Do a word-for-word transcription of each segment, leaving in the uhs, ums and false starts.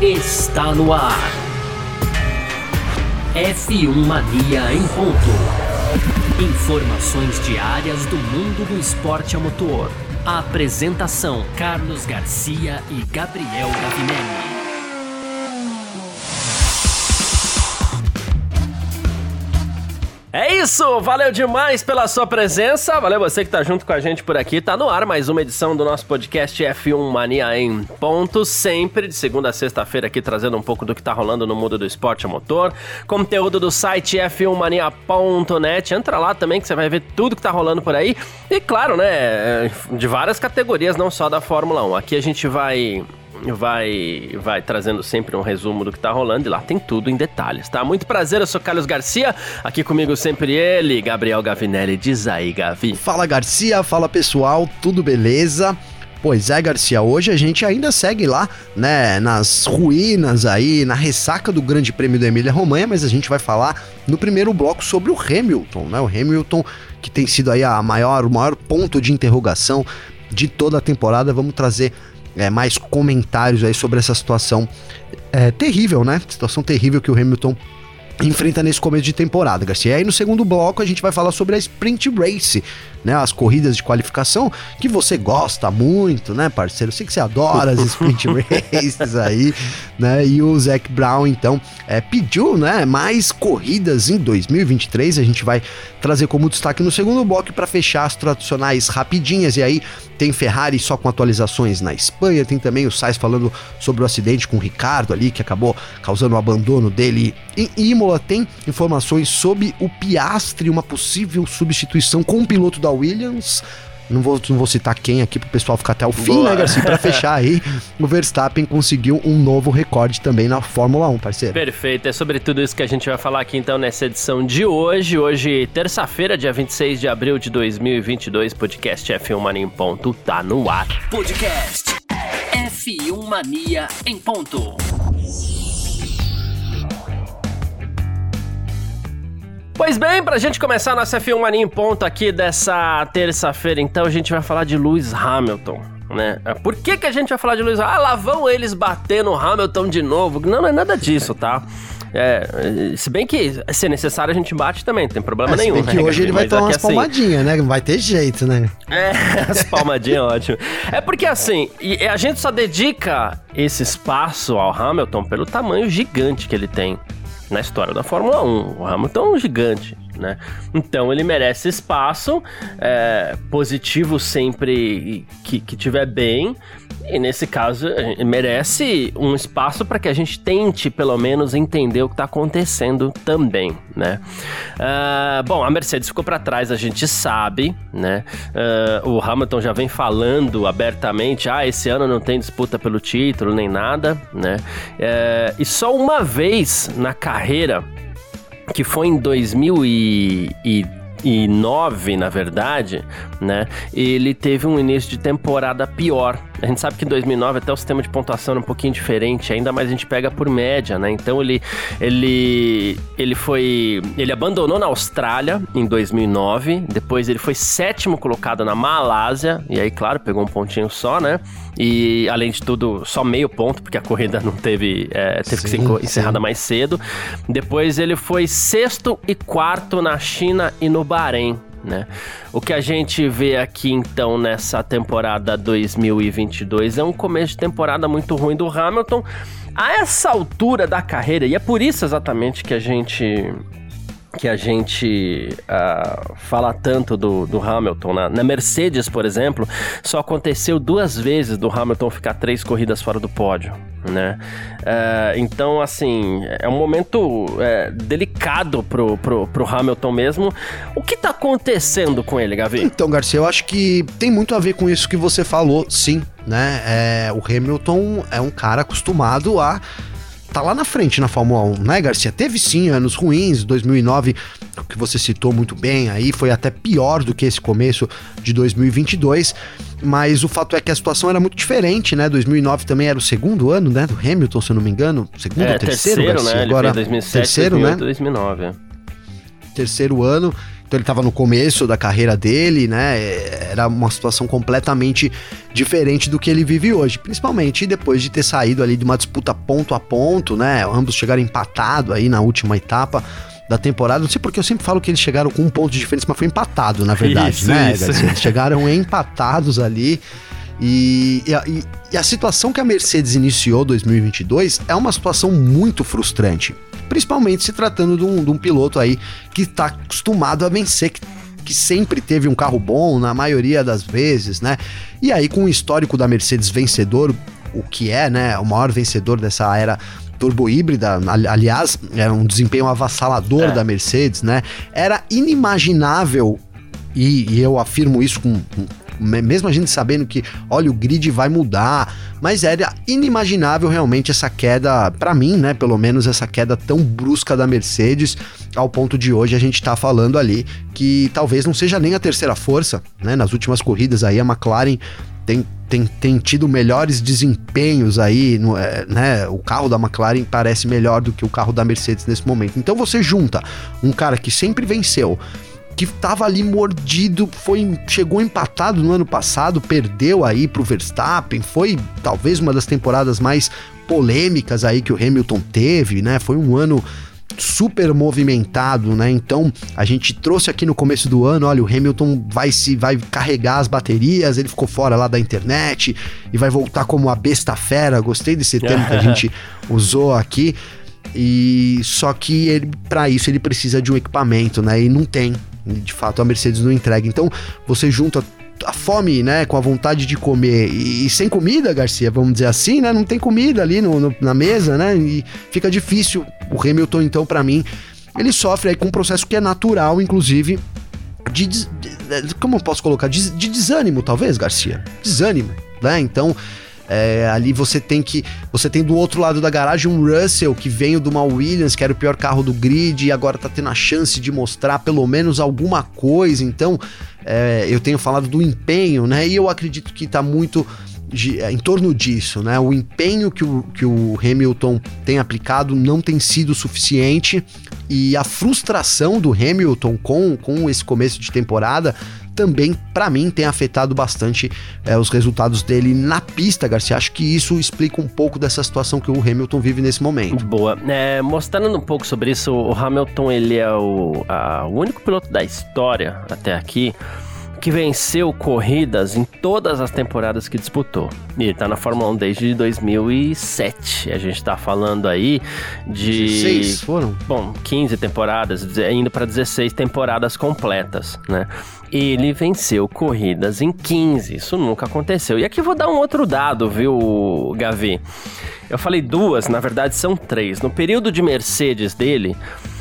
está no ar. F um Mania em ponto. Informações diárias do mundo do esporte a motor. A apresentação: Carlos Garcia e Gabriel Gavinelli. É isso, valeu demais pela sua presença, valeu você que tá junto com a gente por aqui, tá no ar mais uma edição do nosso podcast F um Mania em ponto, sempre de segunda a sexta-feira aqui trazendo um pouco do que tá rolando no mundo do esporte a motor, conteúdo do site F um mania ponto net, entra lá também que você vai ver tudo que tá rolando por aí, e claro, né, de várias categorias, não só da Fórmula um, aqui a gente vai... Vai, vai trazendo sempre um resumo do que tá rolando e lá tem tudo em detalhes, tá? Muito prazer, eu sou Carlos Garcia, aqui comigo sempre ele, Gabriel Gavinelli. Diz aí, Gavi. Fala, Garcia, fala pessoal, tudo beleza? Pois é, Garcia, hoje a gente ainda segue lá, né, nas ruínas aí, na ressaca do Grande Prêmio da Emília-Romanha, mas a gente vai falar no primeiro bloco sobre o Hamilton, né? O Hamilton que tem sido aí a maior, o maior ponto de interrogação de toda a temporada. Vamos trazer É, mais comentários aí sobre essa situação é, terrível, né? Situação terrível que o Hamilton enfrenta nesse começo de temporada, Garcia. E aí no segundo bloco a gente vai falar sobre a Sprint Race, né? As corridas de qualificação que você gosta muito, né, parceiro? Eu sei que você adora as Sprint Races aí, né? E o Zac Brown, então, é, pediu, né, mais corridas em dois mil e vinte e três. A gente vai trazer como destaque no segundo bloco para fechar as tradicionais rapidinhas. E aí tem Ferrari só com atualizações na Espanha, tem também o Sainz falando sobre o acidente com o Ricardo ali, que acabou causando o abandono dele em Imola. Tem informações sobre o Piastri, uma possível substituição com o piloto da Williams. Não vou, não vou citar quem aqui pro pessoal ficar até o fim, Boa. né, Garcia? Pra fechar aí, o Verstappen conseguiu um novo recorde também na Fórmula um, parceiro. Perfeito, é sobre tudo isso que a gente vai falar aqui então nessa edição de hoje. Hoje, terça-feira, dia vinte e seis de abril de dois mil e vinte e dois, podcast F um Mania em ponto tá no ar. Podcast F um Mania em ponto. Pois bem, pra gente começar a nossa F um Mania em ponto aqui dessa terça-feira, então a gente vai falar de Lewis Hamilton, né? Por que que a gente vai falar de Lewis Hamilton? Ah, lá vão eles bater no Hamilton de novo. Não, não é nada disso, tá? É, se bem que, se é necessário, a gente bate também, não tem problema é, nenhum. Se bem que né, hoje ele vai tomar umas assim, palmadinhas, né? Não vai ter jeito, né? É, as palmadinhas, ótimo. É porque assim, e a gente só dedica esse espaço ao Hamilton pelo tamanho gigante que ele tem na história da Fórmula um. O Hamilton é um gigante, né? Então ele merece espaço, é, positivo sempre que, que tiver bem, e nesse caso merece um espaço para que a gente tente pelo menos entender o que está acontecendo também, né? Uh, bom, a Mercedes ficou para trás, a gente sabe, né? Uh, o Hamilton já vem falando abertamente, ah, esse ano não tem disputa pelo título nem nada, né? Uh, e só uma vez na carreira, que foi em dois mil e nove, na verdade, né, ele teve um início de temporada pior. A gente sabe que em dois mil e nove até o sistema de pontuação era um pouquinho diferente, ainda mais a gente pega por média, né? Então ele, ele, ele foi... Ele abandonou na Austrália em dois mil e nove, depois ele foi sétimo colocado na Malásia, e aí, claro, pegou um pontinho só, né? E, além de tudo, só meio ponto, porque a corrida não teve... É, teve sim, que ser encerrada sim. mais cedo. Depois ele foi sexto e quarto na China e no Bahrein, né? O que a gente vê aqui então nessa temporada dois mil e vinte e dois é um começo de temporada muito ruim do Hamilton a essa altura da carreira, e é por isso exatamente que a gente que a gente uh, fala tanto do, do Hamilton. Na, na Mercedes, por exemplo, só aconteceu duas vezes do Hamilton ficar três corridas fora do pódio, né? Uh, então, assim, é um momento é, delicado pro, pro, pro Hamilton mesmo. O que tá acontecendo com ele, Gavi? Então, Garcia, eu acho que tem muito a ver com isso que você falou, sim, né? É, o Hamilton é um cara acostumado a tá lá na frente na Fórmula um, né, Garcia? Teve sim anos ruins, dois mil e nove, que você citou muito bem, aí foi até pior do que esse começo de dois mil e vinte e dois, mas o fato é que a situação era muito diferente, né? dois mil e nove também era o segundo ano, né, do Hamilton, se eu não me engano, segundo é, ou terceiro, terceiro, Garcia? Né? Agora, ele fez dois mil e sete, terceiro, dois mil e oito, né? dois mil e nove, é. Terceiro ano, então ele estava no começo da carreira dele, né? Era uma situação completamente diferente do que ele vive hoje, principalmente depois de ter saído ali de uma disputa ponto a ponto, né? Ambos chegaram empatados aí na última etapa da temporada. Não sei porque eu sempre falo que eles chegaram com um ponto de diferença, mas foi empatado, na verdade, isso, né, isso. Garcia? Eles chegaram empatados ali. E, e, e a situação que a Mercedes iniciou dois mil e vinte e dois é uma situação muito frustrante, principalmente se tratando de um, de um piloto aí que está acostumado a vencer, que, que sempre teve um carro bom na maioria das vezes, né? E aí com o histórico da Mercedes vencedor, o que é, né, o maior vencedor dessa era turbo híbrida, aliás, era um desempenho avassalador é. da Mercedes, né? Era inimaginável, e, e eu afirmo isso com, com mesmo a gente sabendo que, olha, o grid vai mudar, mas era inimaginável realmente essa queda, pra mim, né, pelo menos essa queda tão brusca da Mercedes, ao ponto de hoje a gente tá falando ali que talvez não seja nem a terceira força, né, nas últimas corridas aí a McLaren tem, tem, tem tido melhores desempenhos aí, no, é, né, o carro da McLaren parece melhor do que o carro da Mercedes nesse momento. Então você junta um cara que sempre venceu, que tava ali mordido, foi, chegou empatado no ano passado, perdeu aí pro Verstappen, foi talvez uma das temporadas mais polêmicas aí que o Hamilton teve, né? Foi um ano super movimentado, né? Então a gente trouxe aqui no começo do ano, olha, o Hamilton vai se vai carregar as baterias, ele ficou fora lá da internet e vai voltar como a besta fera. Gostei desse termo que a gente usou aqui. E só que ele, para isso ele precisa de um equipamento, né? E não tem. De fato a Mercedes não entrega. Então você junta a fome, né, com a vontade de comer e, e sem comida, Garcia, vamos dizer assim, né, não tem comida ali no, no, na mesa, né, e fica difícil. O Hamilton, então, para mim, ele sofre aí com um processo que é natural, inclusive, de, de, de como eu posso colocar, de, de desânimo, talvez, Garcia, desânimo, né, então É, ali você tem que você tem do outro lado da garagem um Russell que veio de uma Williams, que era o pior carro do grid, e agora tá tendo a chance de mostrar pelo menos alguma coisa. Então é, eu tenho falado do empenho, né, e eu acredito que tá muito de, é, em torno disso, né, o empenho que o, que o Hamilton tem aplicado não tem sido suficiente, e a frustração do Hamilton com, com esse começo de temporada também, para mim, tem afetado bastante é, os resultados dele na pista, Garcia. Acho que isso explica um pouco dessa situação que o Hamilton vive nesse momento. Boa. É, mostrando um pouco sobre isso, o Hamilton, ele é o, a, o único piloto da história até aqui que venceu corridas em todas as temporadas que disputou. E ele tá na Fórmula um desde dois mil e sete. A gente tá falando aí de... dezesseis foram? Bom, quinze temporadas, indo para dezesseis temporadas completas, né? Ele venceu corridas em quinze. Isso nunca aconteceu. E aqui vou dar um outro dado, viu, Gavi? Eu falei duas, na verdade são três. No período de Mercedes dele...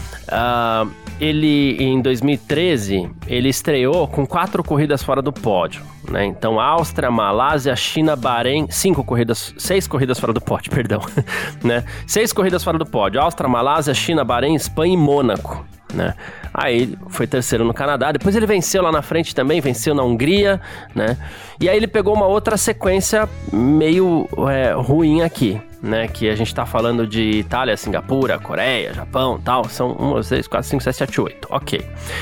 Uh, ele, em dois mil e treze, ele estreou com quatro corridas fora do pódio, né? Então, Áustria, Malásia, China, Bahrein, cinco corridas, seis corridas fora do pódio, perdão, né? Seis corridas fora do pódio, Áustria, Malásia, China, Bahrein, Espanha e Mônaco, né? Aí ele foi terceiro no Canadá, depois ele venceu lá na frente também, venceu na Hungria, né? E aí ele pegou uma outra sequência meio é, ruim aqui, né? Que a gente tá falando de Itália, Singapura, Coreia, Japão, tal. São um, dois, três, quatro, cinco, seis, sete, oito. Ok.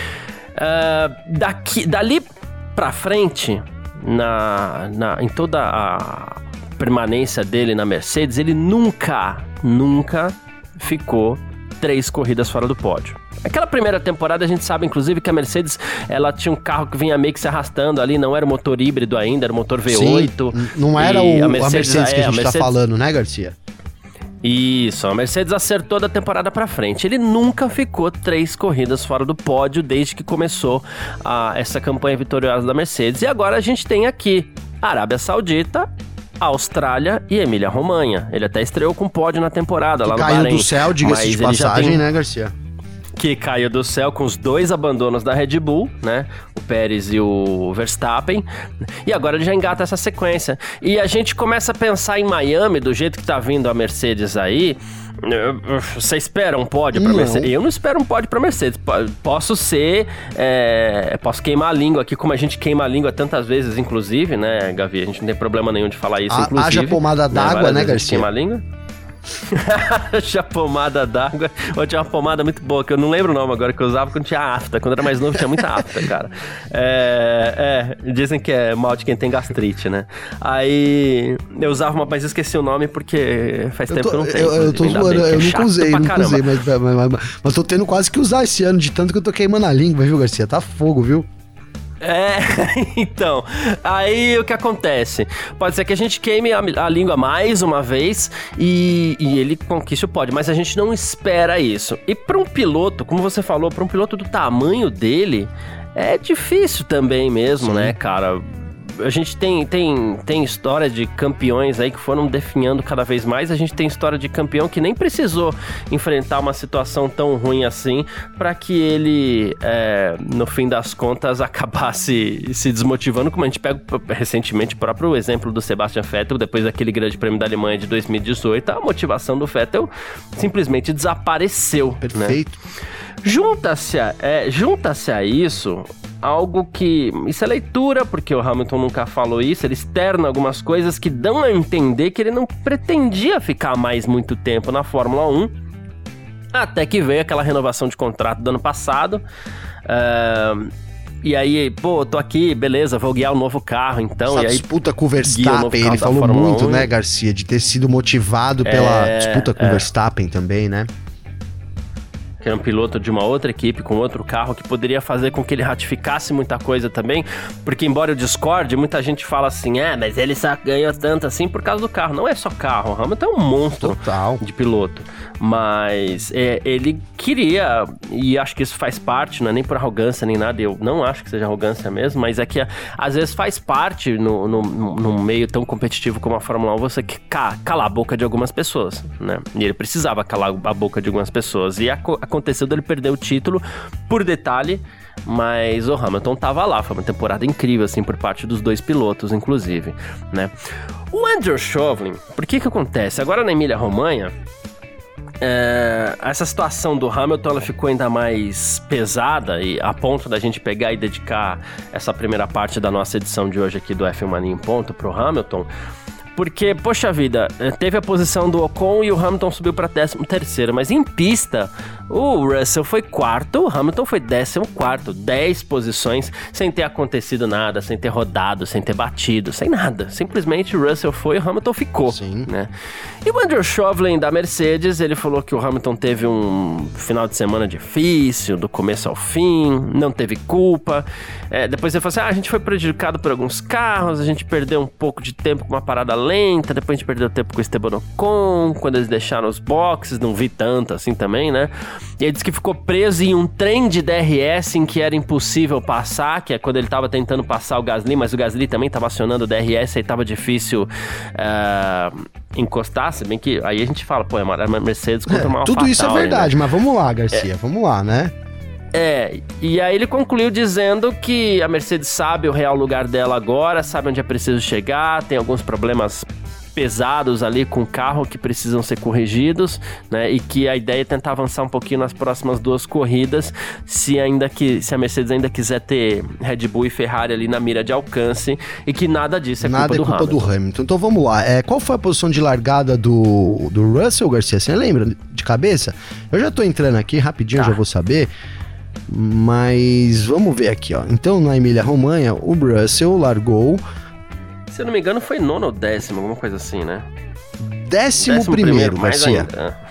Uh, daqui, dali pra frente, na, na, em toda a permanência dele na Mercedes, ele nunca, nunca ficou três corridas fora do pódio. Aquela primeira temporada a gente sabe, inclusive, que a Mercedes, ela tinha um carro que vinha meio que se arrastando ali, não era motor híbrido ainda, era motor V oito. Sim, não era o, a Mercedes, a Mercedes que a gente é, a Mercedes... tá falando, né, Garcia? Isso, a Mercedes acertou da temporada pra frente. Ele nunca ficou três corridas fora do pódio desde que começou a, essa campanha vitoriosa da Mercedes. E agora a gente tem aqui Arábia Saudita, Austrália e Emília-Romanha. Ele até estreou com pódio na temporada, que lá no Bahrein. Caiu do céu, diga-se de passagem, tem... né, Garcia? Que caiu do céu com os dois abandonos da Red Bull, né? O Pérez e o Verstappen. E agora ele já engata essa sequência. E a gente começa a pensar em Miami, do jeito que tá vindo a Mercedes aí. Você espera um pódio pra não. Mercedes? Eu não espero um pódio pra Mercedes. Posso ser... É, posso queimar a língua aqui, como a gente queima a língua tantas vezes, inclusive, né, Gavi? A gente não tem problema nenhum de falar isso, a, inclusive. Haja pomada d'água, né, né Garcia? Queima a língua. Já pomada d'água. Ou tinha uma pomada muito boa, que eu não lembro o nome agora, que eu usava quando tinha afta. Quando era mais novo tinha muita afta, cara. É, é, dizem que é mal de quem tem gastrite, né? Aí eu usava uma, mas eu esqueci o nome porque faz eu tempo tô, que eu não tenho. Eu, eu tô zoando, eu é nunca usei, nunca usei, mas, mas, mas, mas tô tendo quase que usar esse ano, de tanto que eu tô queimando a língua, viu, Garcia? Tá fogo, viu? É, então, aí o que acontece? Pode ser que a gente queime a, a língua mais uma vez e, e ele conquiste o pódio, mas a gente não espera isso. E para um piloto, como você falou, para um piloto do tamanho dele, é difícil também mesmo, Sim. né, cara? A gente tem, tem, tem história de campeões aí que foram definhando cada vez mais. A gente tem história de campeão que nem precisou enfrentar uma situação tão ruim assim para que ele, é, no fim das contas, acabasse se desmotivando. Como a gente pega recentemente o próprio exemplo do Sebastian Vettel, depois daquele grande prêmio da Alemanha de dois mil e dezoito, a motivação do Vettel simplesmente desapareceu. Perfeito. Né? Junta-se a, é, junta-se a isso algo que... Isso é leitura, porque o Hamilton nunca falou isso. Ele externa algumas coisas que dão a entender que ele não pretendia ficar mais muito tempo na Fórmula um. Até que veio aquela renovação de contrato do ano passado. Uh, e aí, pô, tô aqui, beleza, vou guiar o novo carro, então. Essa e aí, disputa com o Verstappen, ele falou muito, um, né, Garcia, de ter sido motivado pela é, disputa com o é. Verstappen também, né? Que era um piloto de uma outra equipe, com outro carro, que poderia fazer com que ele ratificasse muita coisa também, porque embora eu discorde, muita gente fala assim, é, mas ele só ganhou tanto assim por causa do carro. Não é só carro, o Hamilton é um monstro Total. de piloto, mas é, ele queria, e acho que isso faz parte, não é nem por arrogância nem nada, eu não acho que seja arrogância mesmo, mas é que às vezes faz parte no, no, no meio tão competitivo como a Fórmula um, você ca, calar a boca de algumas pessoas, né? E ele precisava calar a boca de algumas pessoas, e a aconteceu dele perder o título por detalhe, mas o Hamilton tava lá, foi uma temporada incrível, assim, por parte dos dois pilotos, inclusive, né? O Andrew Shovlin, por que que acontece? Agora na Emília-Romanha, é, essa situação do Hamilton, ela ficou ainda mais pesada, e a ponto da gente pegar e dedicar essa primeira parte da nossa edição de hoje aqui do F um Mania em Ponto pro Hamilton. Porque, poxa vida, teve a posição do Ocon e o Hamilton subiu para décimo terceiro, mas em pista, o Russell foi quarto, o Hamilton foi décimo quarto, dez posições, sem ter acontecido nada, sem ter rodado, sem ter batido, sem nada. Simplesmente o Russell foi e o Hamilton ficou, Sim. né? E o Andrew Shovlin da Mercedes, ele falou que o Hamilton teve um final de semana difícil, do começo ao fim, não teve culpa. É, depois ele falou assim, ah, a gente foi prejudicado por alguns carros, a gente perdeu um pouco de tempo com uma parada lenta, depois a gente perdeu tempo com o Esteban Ocon, quando eles deixaram os boxes, não vi tanto assim também, né? E ele disse que ficou preso em um trem de D R S em que era impossível passar, que é quando ele tava tentando passar o Gasly, mas o Gasly também tava acionando o D R S, aí tava difícil uh, encostar, se bem que aí a gente fala, pô, é uma Mercedes contra uma AlphaTauri. Tudo isso é verdade, né? Mas vamos lá, Garcia, é. vamos lá, né? É, e aí ele concluiu dizendo que a Mercedes sabe o real lugar dela agora, sabe onde é preciso chegar, tem alguns problemas pesados ali com o carro que precisam ser corrigidos, né? E que a ideia é tentar avançar um pouquinho nas próximas duas corridas, se ainda que se a Mercedes ainda quiser ter Red Bull e Ferrari ali na mira de alcance, e que nada disso é nada culpa, do, é culpa Hamilton. do Hamilton. Então vamos lá, é, qual foi a posição de largada do, do Russell, Garcia? Você lembra de cabeça? Eu já tô entrando aqui, rapidinho, tá. Eu já vou saber. Mas vamos ver aqui, ó. Então na Emília-Romanha, o Russell largou, se eu não me engano foi nono ou décimo, alguma coisa assim, né? Décimo, décimo primeiro, Garcia.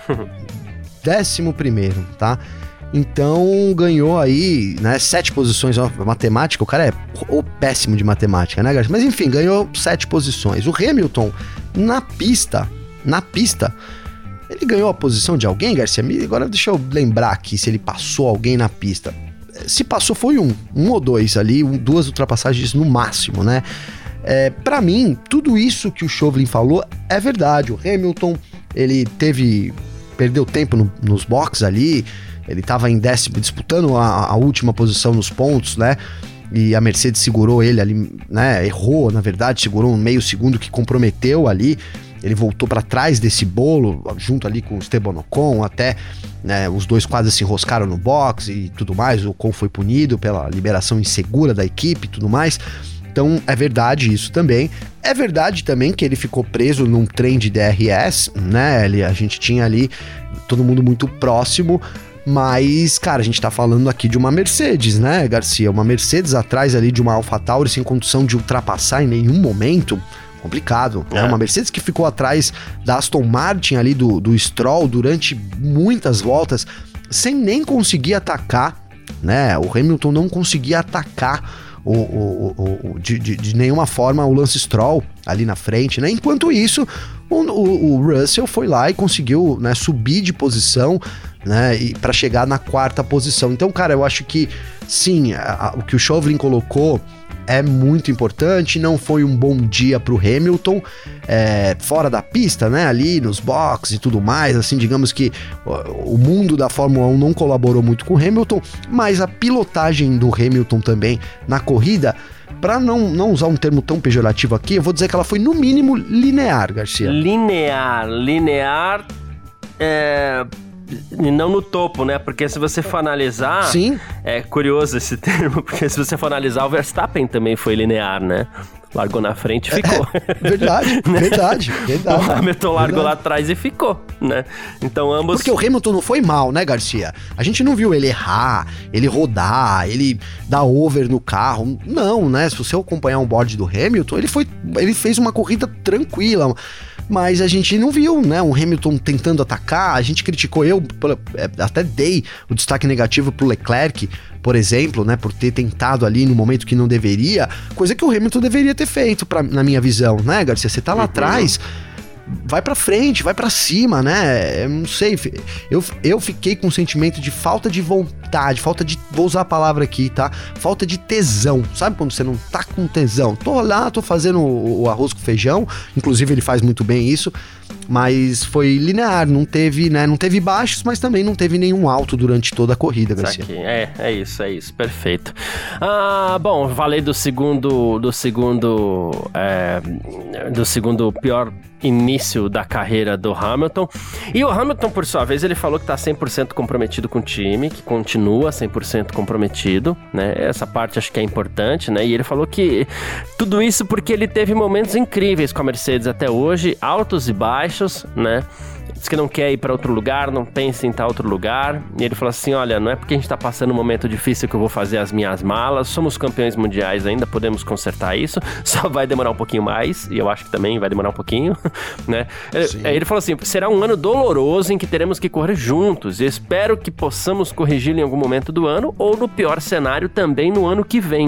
Décimo primeiro, tá? Então ganhou aí, né, sete posições. Ó, matemática, o cara é o péssimo de matemática, né, Garcia? Mas enfim, ganhou sete posições. O Hamilton, na pista, na pista, ele ganhou a posição de alguém, Garcia? Agora deixa eu lembrar aqui se ele passou alguém na pista. Se passou foi um, um ou dois ali, um, duas ultrapassagens no máximo, né? É, para mim, tudo isso que o Shovlin falou é verdade. O Hamilton, ele teve, perdeu tempo no, nos boxes ali, ele tava em décimo, disputando a, a última posição nos pontos, né? E a Mercedes segurou ele ali, né? Errou, na verdade, segurou um meio segundo que comprometeu ali. Ele voltou para trás desse bolo, junto ali com o Esteban Ocon, até, né, os dois quase se enroscaram no box e tudo mais. O Ocon foi punido pela liberação insegura da equipe e tudo mais. Então é verdade isso também. É verdade também que ele ficou preso num trem de D R S, né? Ele, a gente tinha ali todo mundo muito próximo, mas, cara, a gente tá falando aqui de uma Mercedes, né, Garcia? Uma Mercedes atrás ali de uma AlphaTauri sem condição de ultrapassar em nenhum momento. Complicado, né? É. Uma Mercedes que ficou atrás da Aston Martin ali, do, do Stroll, durante muitas voltas, sem nem conseguir atacar, né? O Hamilton não conseguia atacar o, o, o, o, de, de, de nenhuma forma o Lance Stroll ali na frente, né? Enquanto isso, o, o, o Russell foi lá e conseguiu, né, subir de posição, né, e para chegar na quarta posição. Então, cara, eu acho que sim, a, a, o que o Chauvelin colocou é muito importante. Não foi um bom dia pro Hamilton, é, fora da pista, né, ali nos boxes e tudo mais, assim, digamos que o, o mundo da Fórmula um não colaborou muito com o Hamilton, mas a pilotagem do Hamilton também na corrida, para não, não usar um termo tão pejorativo aqui, eu vou dizer que ela foi no mínimo linear, Garcia. Linear, linear, é... não no topo, né? Porque se você for analisar... Sim. É curioso esse termo, porque se você for analisar, o Verstappen também foi linear, né? Largou na frente e ficou. É, verdade, né? verdade, verdade. O Hamilton largou verdade. lá atrás e ficou, né? Então ambos... Porque o Hamilton não foi mal, né, Garcia? A gente não viu ele errar, ele rodar, ele dar over no carro. Não, né? Se você acompanhar um board do Hamilton, ele, foi, ele fez uma corrida tranquila. Mas a gente não viu, né, um Hamilton tentando atacar. A gente criticou, eu até dei o destaque negativo pro Leclerc, por exemplo, né, por ter tentado ali no momento que não deveria, coisa que o Hamilton deveria ter feito, pra, na minha visão, né, Garcia? Você tá lá uhum. atrás, vai pra frente, vai pra cima, né? Eu não sei, eu, eu fiquei com um sentimento de falta de vontade, falta de, vou usar a palavra aqui, tá? Falta de tesão, sabe quando você não tá com tesão? Tô lá, tô fazendo o, o arroz com feijão, inclusive ele faz muito bem isso, mas foi linear, não teve, né? Não teve baixos, mas também não teve nenhum alto durante toda a corrida, Garcia. É, é isso, é isso, perfeito. Ah, bom, falei do segundo, do segundo, é, do segundo pior início da carreira do Hamilton. E o Hamilton, por sua vez, ele falou que tá cem por cento comprometido com o time, que continua cem por cento comprometido, né? Essa parte acho que é importante, né? E ele falou que tudo isso porque ele teve momentos incríveis com a Mercedes até hoje, altos e baixos, né? Diz que não quer ir para outro lugar, não pensa em estar outro lugar. E ele falou assim, olha, não é porque a gente tá passando um momento difícil que eu vou fazer as minhas malas, somos campeões mundiais ainda, podemos consertar isso, só vai demorar um pouquinho mais, e eu acho que também vai demorar um pouquinho, né? Aí ele falou assim, será um ano doloroso em que teremos que correr juntos, e espero que possamos corrigi-lo em algum momento do ano, ou no pior cenário também no ano que vem.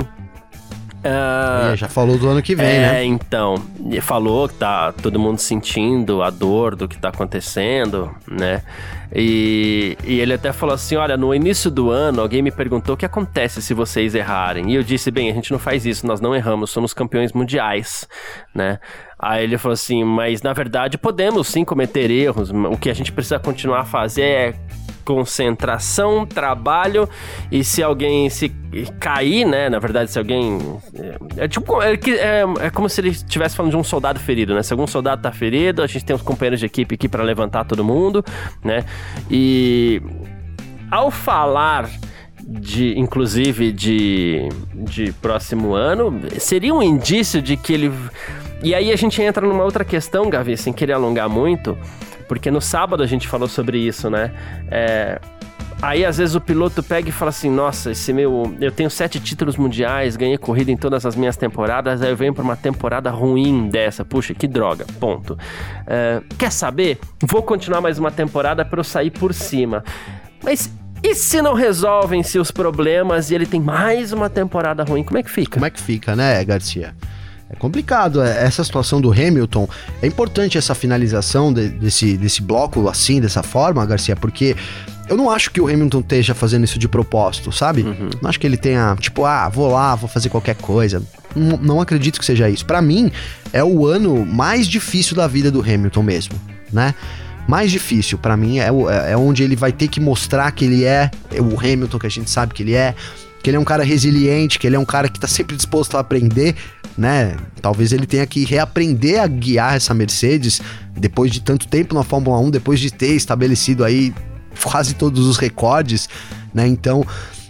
Uh, já falou do ano que vem, é, né? É, então, ele falou que tá todo mundo sentindo a dor do que tá acontecendo, né? E, e ele até falou assim, olha, no início do ano alguém me perguntou o que acontece se vocês errarem. E eu disse, bem, a gente não faz isso, nós não erramos, somos campeões mundiais, né? Aí ele falou assim, mas na verdade podemos sim cometer erros, o que a gente precisa continuar a fazer é concentração, trabalho, e se alguém se cair, né, na verdade, se alguém é, é tipo, é, é, é como se ele estivesse falando de um soldado ferido, né, se algum soldado tá ferido, a gente tem os companheiros de equipe aqui pra levantar todo mundo, né, e ao falar de, inclusive, de, de próximo ano, seria um indício de que ele, e aí a gente entra numa outra questão, Gavi, sem querer alongar muito, porque no sábado a gente falou sobre isso, né? É, aí às vezes o piloto pega e fala assim, nossa, esse meu, eu tenho sete títulos mundiais, ganhei corrida em todas as minhas temporadas, aí eu venho pra uma temporada ruim dessa, puxa, que droga, ponto. É, quer saber? Vou continuar mais uma temporada pra eu sair por cima. Mas e se não resolvem-se os problemas e ele tem mais uma temporada ruim, como é que fica? Como é que fica, né, Garcia? É complicado, essa situação do Hamilton, é importante essa finalização de, desse, desse bloco assim, dessa forma, Garcia, porque eu não acho que o Hamilton esteja fazendo isso de propósito, sabe? Uhum. Não acho que ele tenha, tipo, ah, vou lá, vou fazer qualquer coisa. Não, não acredito que seja isso. Pra mim, é o ano mais difícil da vida do Hamilton mesmo, né? Mais difícil, pra mim, é, é onde ele vai ter que mostrar que ele é o Hamilton que a gente sabe que ele é, que ele é um cara resiliente, que ele é um cara que tá sempre disposto a aprender, né? Talvez ele tenha que reaprender a guiar essa Mercedes depois de tanto tempo na Fórmula um, depois de ter estabelecido aí quase todos os recordes, né? Então,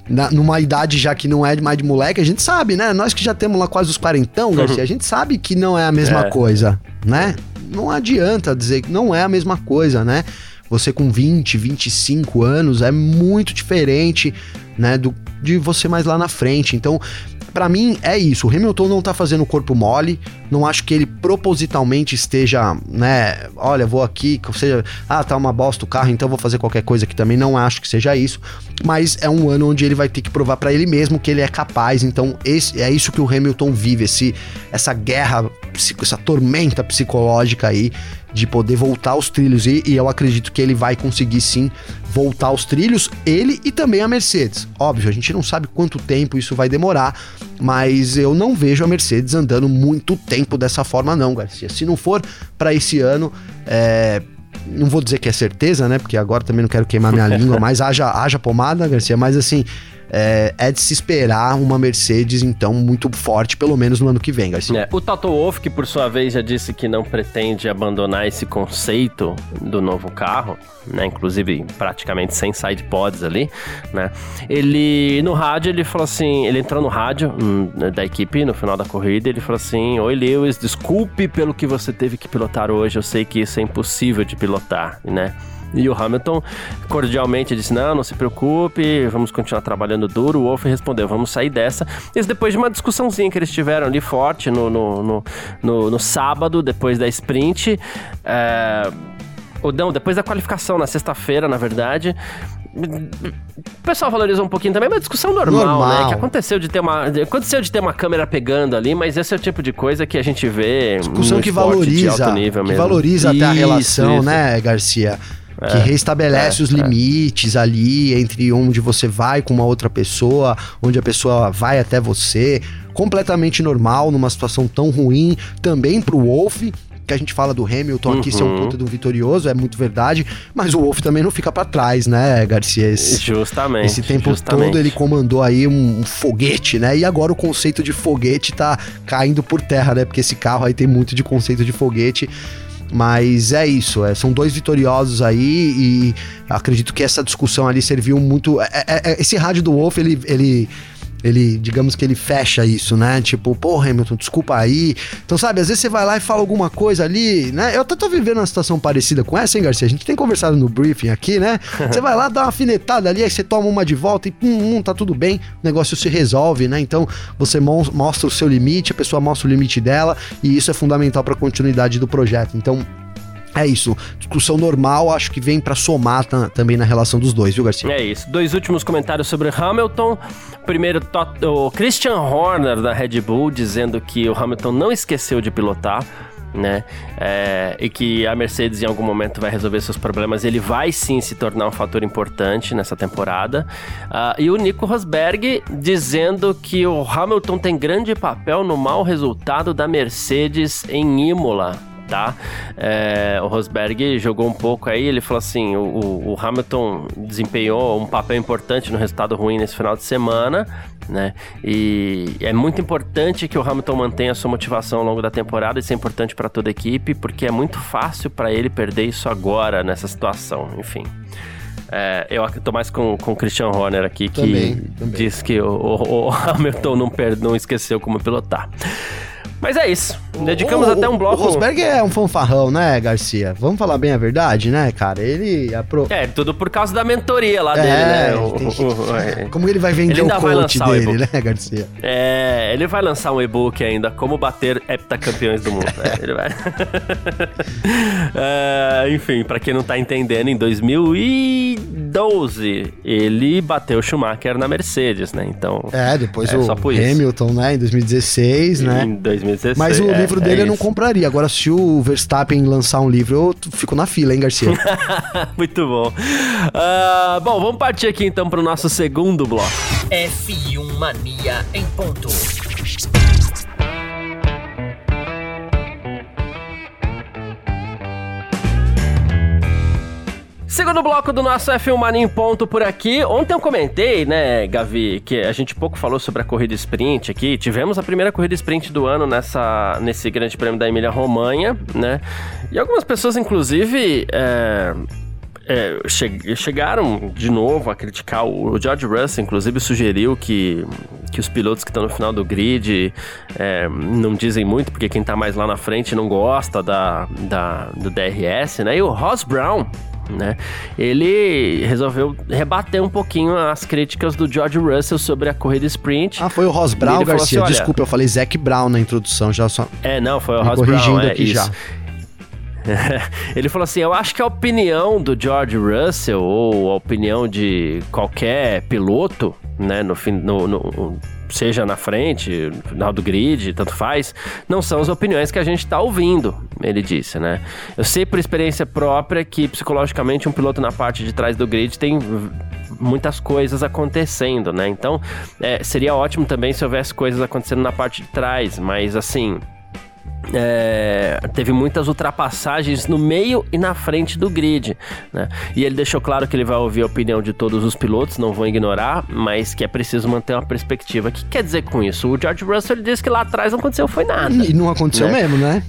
na, numa idade já que não é mais de moleque, a gente sabe, né? Nós que já temos lá quase os quarentão, Garcia, uhum. a gente sabe que não é a mesma é. coisa, né? Não adianta dizer que não é a mesma coisa, né? Você com vinte, vinte e cinco anos é muito diferente, né, do, de você mais lá na frente. Então, pra mim, é isso. O Hamilton não tá fazendo o corpo mole. Não acho que ele propositalmente esteja, né, olha, vou aqui, que seja, ah, tá uma bosta o carro, então vou fazer qualquer coisa aqui também. Não acho que seja isso. Mas é um ano onde ele vai ter que provar pra ele mesmo que ele é capaz. Então, esse, é isso que o Hamilton vive, esse, essa guerra, essa tormenta psicológica aí, de poder voltar aos trilhos, e, e eu acredito que ele vai conseguir sim voltar aos trilhos, ele e também a Mercedes. Óbvio, a gente não sabe quanto tempo isso vai demorar, mas eu não vejo a Mercedes andando muito tempo dessa forma não, Garcia. Se não for para esse ano, é... não vou dizer que é certeza, né, porque agora também não quero queimar minha língua, mas haja, haja pomada, Garcia, mas assim... É, é de se esperar uma Mercedes, então, muito forte, pelo menos no ano que vem, Garcia. É, o Toto Wolff, que por sua vez já disse que não pretende abandonar esse conceito do novo carro, né, inclusive praticamente sem side pods ali, né, ele, no rádio, ele falou assim, ele entrou no rádio hum, da equipe no final da corrida, ele falou assim, oi Lewis, desculpe pelo que você teve que pilotar hoje, eu sei que isso é impossível de pilotar, né. E o Hamilton cordialmente disse, não, não se preocupe, vamos continuar trabalhando duro. O Wolff respondeu, vamos sair dessa. Isso depois de uma discussãozinha que eles tiveram ali forte no, no, no, no, no sábado, depois da sprint. É... Ou não, depois da qualificação, na sexta-feira, na verdade. O pessoal valorizou um pouquinho também, é uma discussão normal, normal, né? Que aconteceu de ter uma, aconteceu de ter uma câmera pegando ali, mas esse é o tipo de coisa que a gente vê discussão no que valoriza, de alto nível que mesmo. valoriza isso, até a relação, isso. né, Garcia? Que é, restabelece é, os limites é. ali entre onde você vai com uma outra pessoa, onde a pessoa vai até você. Completamente normal numa situação tão ruim. Também pro Wolff, que a gente fala do Hamilton aqui uhum. ser um puta do vitorioso, é muito verdade. Mas o Wolff também não fica pra trás, né, Garcia? Esse, justamente. Esse tempo justamente. todo ele comandou aí um, um foguete, né? E agora o conceito de foguete tá caindo por terra, né? Porque esse carro aí tem muito de conceito de foguete. Mas é isso, é, são dois vitoriosos aí e acredito que essa discussão ali serviu muito... É, é, esse rádio do Wolff, ele, ele, ele, digamos que ele fecha isso, né? Tipo, pô, Hamilton, desculpa aí. Então, sabe, às vezes você vai lá e fala alguma coisa ali, né? Eu até tô vivendo uma situação parecida com essa, hein, Garcia? A gente tem conversado no briefing aqui, né? Você vai lá, dá uma afinetada ali, aí você toma uma de volta e pum, hum, tá tudo bem, o negócio se resolve, né? Então, você mo- mostra o seu limite, a pessoa mostra o limite dela, e isso é fundamental pra continuidade do projeto. Então, é isso, discussão normal, acho que vem pra somar t- também na relação dos dois, viu, Garcia? É isso, dois últimos comentários sobre Hamilton. Primeiro, to- o Christian Horner da Red Bull dizendo que o Hamilton não esqueceu de pilotar, né, é, e que a Mercedes em algum momento vai resolver seus problemas, ele vai sim se tornar um fator importante nessa temporada. Uh, e o Nico Rosberg dizendo que o Hamilton tem grande papel no mau resultado da Mercedes em Imola. Tá? É, o Rosberg jogou um pouco aí, ele falou assim, o, o Hamilton desempenhou um papel importante no resultado ruim nesse final de semana, né? E é muito importante que o Hamilton mantenha a sua motivação ao longo da temporada, isso é importante para toda a equipe, porque é muito fácil para ele perder isso agora, nessa situação, enfim. É, eu tô mais com, com o Christian Horner aqui, que também, também. diz que o, o, o Hamilton não, per, não esqueceu como pilotar. Mas é isso, dedicamos o, até um bloco... O Rosberg é um fanfarrão, né, Garcia? Vamos falar bem a verdade, né, cara? Ele... Apro... É, tudo por causa da mentoria lá é, dele, né? O, que... o, como ele vai vender ele o coach dele, o né, Garcia? É, ele vai lançar um e-book ainda, como bater heptacampeões do mundo. É, ele vai... é, enfim, pra quem não tá entendendo, em dois mil e doze, ele bateu o Schumacher na Mercedes, né? Então... É, depois é o Hamilton, né, em dois mil e dezesseis, né? Em dois mil e dezesseis, Mas o é, livro dele é eu não compraria. Agora, se o Verstappen lançar um livro, eu fico na fila, hein, Garcia? Muito bom. Uh, bom, vamos partir aqui então pro nosso segundo bloco. F um Mania em ponto. Segundo bloco do nosso F um Mania em ponto por aqui. Ontem eu comentei, né, Gavi, que a gente pouco falou sobre a corrida sprint aqui. Tivemos a primeira corrida sprint do ano nessa, nesse grande prêmio da Emília-Romanha, né? E algumas pessoas, inclusive, é, é, che- chegaram de novo a criticar. O George Russell, inclusive, sugeriu que, que os pilotos que estão no final do grid é, não dizem muito, porque quem tá mais lá na frente não gosta da, da, do D R S, né? E o Ross Brown, né? Ele resolveu rebater um pouquinho as críticas do George Russell sobre a corrida sprint. Ah, foi o Ross Brown, Garcia? Assim, desculpa, eu falei Zac Brown na introdução, já só... É, não, foi o Ross Brown, corrigindo é aqui isso. já. Ele falou assim, eu acho que a opinião do George Russell, ou a opinião de qualquer piloto, né, no fim, no, no, seja na frente, no final do grid, tanto faz, não são as opiniões que a gente está ouvindo, ele disse, né? Eu sei por experiência própria que psicologicamente um piloto na parte de trás do grid tem muitas coisas acontecendo, né? Então, é, seria ótimo também se houvesse coisas acontecendo na parte de trás, mas assim... É, teve muitas ultrapassagens no meio e na frente do grid, né? E ele deixou claro que ele vai ouvir a opinião de todos os pilotos, não vão ignorar, mas que é preciso manter uma perspectiva. O que quer dizer com isso? O George Russell ele disse que lá atrás não aconteceu foi nada. E não aconteceu, né? mesmo, né?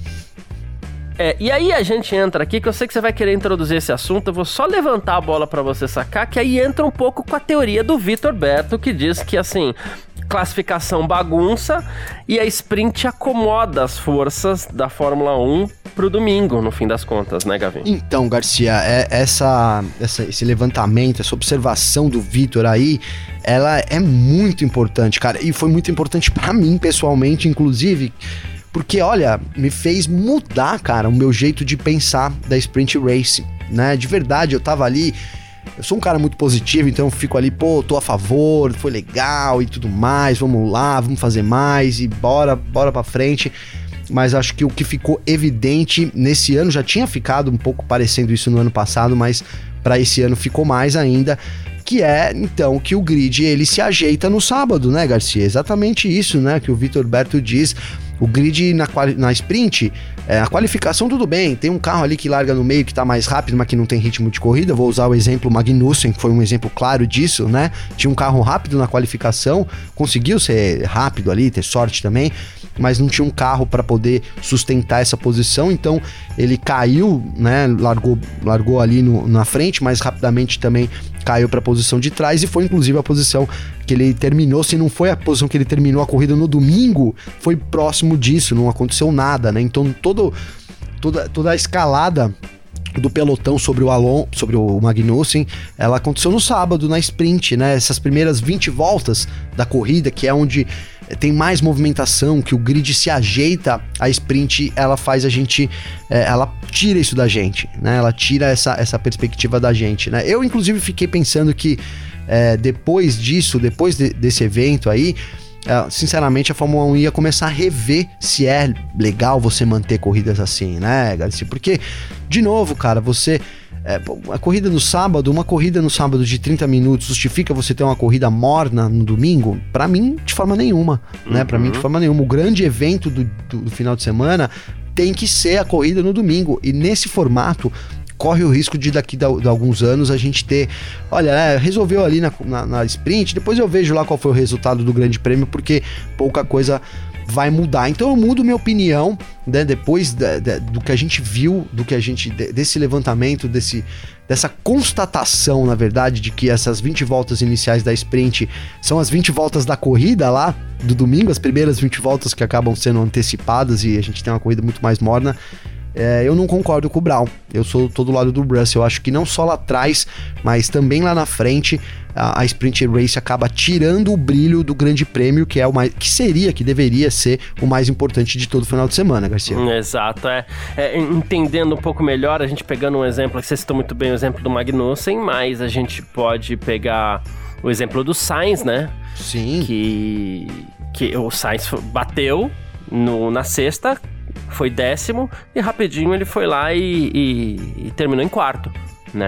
É, e aí a gente entra aqui, que eu sei que você vai querer introduzir esse assunto, eu vou só levantar a bola pra você sacar, que aí entra um pouco com a teoria do Vitor Berto, que diz que assim... classificação bagunça e a sprint acomoda as forças da Fórmula um pro domingo, no fim das contas, né, Gavi? Então, Garcia, é, essa, essa, esse levantamento, essa observação do Vitor aí, ela é muito importante, cara, e foi muito importante pra mim, pessoalmente, inclusive, porque, olha, me fez mudar, cara, o meu jeito de pensar da sprint racing, né, de verdade, eu tava ali... Eu sou um cara muito positivo, então eu fico ali, pô, tô a favor, foi legal e tudo mais, vamos lá, vamos fazer mais e bora, bora pra frente. Mas acho que o que ficou evidente nesse ano, já tinha ficado um pouco parecendo isso no ano passado, mas para esse ano ficou mais ainda, que é, então, que o grid, ele se ajeita no sábado, né, Garcia? Exatamente isso, né, que o Vitor Berto diz. O grid na, quali- na sprint, é, a qualificação tudo bem, tem um carro ali que larga no meio que tá mais rápido, mas que não tem ritmo de corrida, vou usar o exemplo Magnussen, que foi um exemplo claro disso, né, tinha um carro rápido na qualificação, conseguiu ser rápido ali, ter sorte também, mas não tinha um carro para poder sustentar essa posição, então ele caiu, né, largou, largou ali no, na frente, mas rapidamente também caiu para a posição de trás e foi inclusive a posição que ele terminou, se não foi a posição que ele terminou a corrida no domingo, foi próximo disso, não aconteceu nada, né? Então todo, toda, toda a escalada do pelotão sobre o Alon, sobre o Magnussen, ela aconteceu no sábado, na sprint, né? Essas primeiras vinte voltas da corrida, que é onde tem mais movimentação, que o grid se ajeita, a sprint, ela faz a gente, é, ela tira isso da gente, né? Ela tira essa, essa perspectiva da gente, né? Eu, inclusive, fiquei pensando que é, depois disso, depois de, desse evento aí, é, sinceramente, a Fórmula um ia começar a rever se é legal você manter corridas assim, né, Garcia? Porque, de novo, cara, você... É, a corrida no sábado, uma corrida no sábado de trinta minutos justifica você ter uma corrida morna no domingo? Pra mim, de forma nenhuma, né? Uhum. Pra mim, de forma nenhuma. O grande evento do, do, do final de semana tem que ser a corrida no domingo. E nesse formato, corre o risco de daqui a alguns anos a gente ter... Olha, é, resolveu ali na, na, na sprint, depois eu vejo lá qual foi o resultado do grande prêmio, porque pouca coisa... vai mudar. Então eu mudo minha opinião, né, depois de, de, do que a gente viu, do que a gente de, desse levantamento, desse, dessa constatação, na verdade, de que essas vinte voltas iniciais da sprint são as vinte voltas da corrida lá do domingo, as primeiras vinte voltas que acabam sendo antecipadas e a gente tem uma corrida muito mais morna. É, eu não concordo com o Brown, eu sou todo lado do Russell, eu acho que não só lá atrás, mas também lá na frente, a, a Sprint Race acaba tirando o brilho do grande prêmio, que é o mais, que seria, que deveria ser o mais importante de todo final de semana, Garcia. Exato, é, é entendendo um pouco melhor, a gente pegando um exemplo, você citou muito bem o exemplo do Magnussen, mas a gente pode pegar o exemplo do Sainz, né? Sim. Que, que o Sainz bateu no, na sexta, foi décimo e rapidinho ele foi lá e, e, e terminou em quarto, né?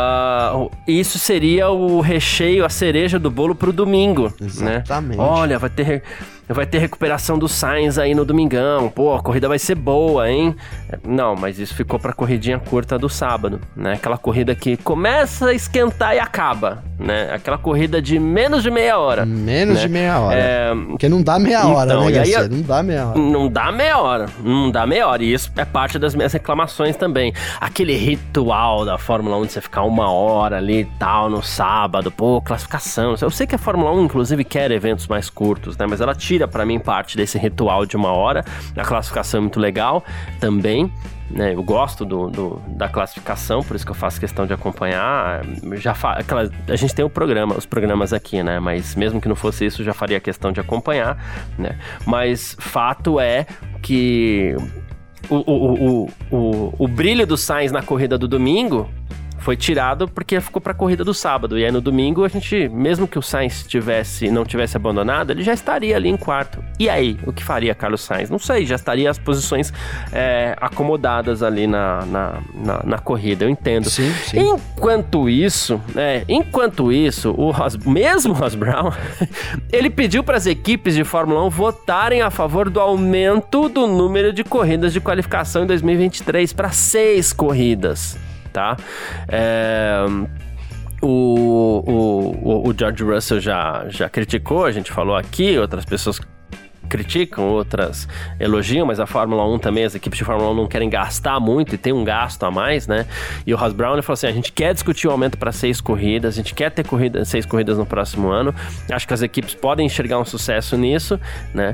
Uh, isso seria o recheio, a cereja do bolo pro domingo. Exatamente. Né? Olha, vai ter, vai ter recuperação do Sainz aí no domingão. Pô, a corrida vai ser boa, hein? Não, mas isso ficou pra corridinha curta do sábado, né? Aquela corrida que começa a esquentar e acaba. né? Aquela corrida de menos de meia hora. Menos né? de meia hora. É... Porque não dá meia hora, então, né, Garcia? Aí, não dá meia hora. Não dá meia hora. Não dá meia hora. E isso é parte das minhas reclamações também. Aquele ritual da Fórmula um de você ficar uma hora ali e tal, no sábado, pô, classificação. Eu sei que a Fórmula um, inclusive, quer eventos mais curtos, né? Mas ela tira, pra mim, parte desse ritual de uma hora. A classificação é muito legal também. Né, eu gosto do, do, da classificação, por isso que eu faço questão de acompanhar. Já fa... Aquela... A gente tem o programa, os programas aqui, né? Mas mesmo que não fosse isso, eu já faria questão de acompanhar, né? Mas fato é que o, o, o, o, o brilho do Sainz na corrida do domingo foi tirado porque ficou para a corrida do sábado. E aí no domingo a gente, mesmo que o Sainz tivesse, não tivesse abandonado, ele já estaria ali em quarto. E aí, o que faria Carlos Sainz? Não sei, já estaria as posições é, acomodadas ali na, na, na, na corrida, eu entendo. Sim, sim. Enquanto isso, é, enquanto isso, o Ross, mesmo o Ross Brown, ele pediu para as equipes de Fórmula um votarem a favor do aumento do número de corridas de qualificação em dois mil e vinte e três para seis corridas. Tá? É, o, o, o George Russell já, já criticou, a gente falou aqui, outras pessoas criticam, outras elogiam, mas a Fórmula um também, as equipes de Fórmula um não querem gastar muito e tem um gasto a mais, né? E o Ross Brown ele falou assim, a gente quer discutir o aumento para seis corridas, a gente quer ter corrida, seis corridas no próximo ano, acho que as equipes podem enxergar um sucesso nisso, né?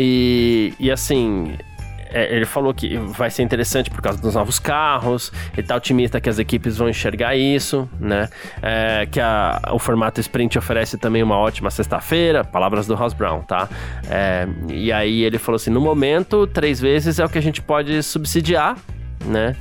E, e assim... É, ele falou que vai ser interessante por causa dos novos carros, ele tá otimista que as equipes vão enxergar isso, né? É, que a, o formato sprint oferece também uma ótima sexta-feira, palavras do Ross Brown, tá? É, e aí ele falou assim, no momento, três vezes é o que a gente pode subsidiar, né?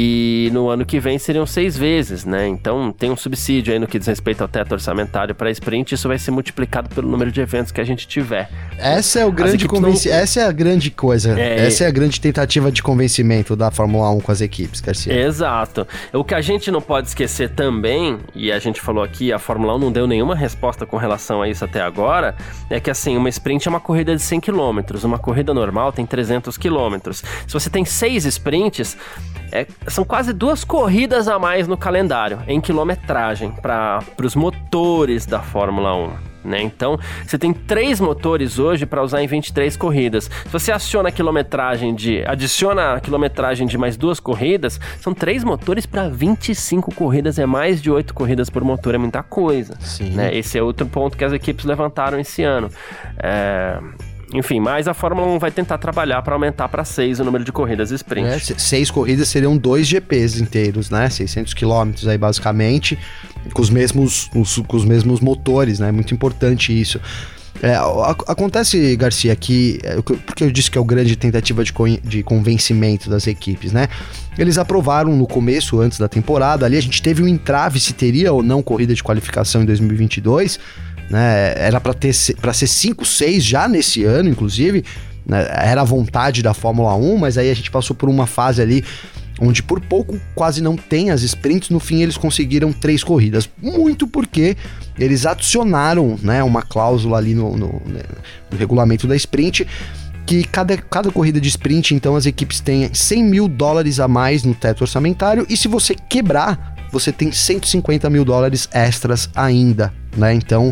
E no ano que vem seriam seis vezes, né? Então tem um subsídio aí no que diz respeito ao teto orçamentário para sprint, isso vai ser multiplicado pelo número de eventos que a gente tiver. Essa é o grande convenci... não... Essa é a grande coisa. É... Essa é a grande tentativa de convencimento da Fórmula um com as equipes, Garcia. Exato. O que a gente não pode esquecer também, e a gente falou aqui, a Fórmula um não deu nenhuma resposta com relação a isso até agora, é que assim, uma sprint é uma corrida de cem quilômetros, uma corrida normal tem trezentos quilômetros. Se você tem seis sprints, É, são quase duas corridas a mais no calendário, em quilometragem, para os motores da Fórmula um. Né? Então, você tem três motores hoje para usar em vinte e três corridas. Se você aciona a quilometragem de, adiciona a quilometragem de mais duas corridas, são três motores para vinte e cinco corridas, é mais de oito corridas por motor, é muita coisa. Sim. Né? Esse é outro ponto que as equipes levantaram esse ano. É... Enfim, mas a Fórmula um vai tentar trabalhar para aumentar para seis o número de corridas sprint. É, seis corridas seriam dois G Ps inteiros, né? seiscentos quilômetros aí basicamente, com os mesmos, os, com os mesmos motores, né? Muito importante isso. É, a, acontece, Garcia, que porque eu disse que é o grande tentativa de, de convencimento das equipes, né? Eles aprovaram no começo, antes da temporada, ali a gente teve um entrave se teria ou não corrida de qualificação em dois mil e vinte e dois, né? Era para ter para ser cinco, seis já nesse ano, inclusive, né? Era a vontade da Fórmula um, mas aí a gente passou por uma fase ali onde por pouco quase não tem as sprints. No fim eles conseguiram três corridas, muito porque eles adicionaram, né, uma cláusula ali no, no, no regulamento da sprint, que cada, cada corrida de sprint, então as equipes têm cem mil dólares a mais no teto orçamentário, e se você quebrar, você tem cento e cinquenta mil dólares extras ainda, né? Então,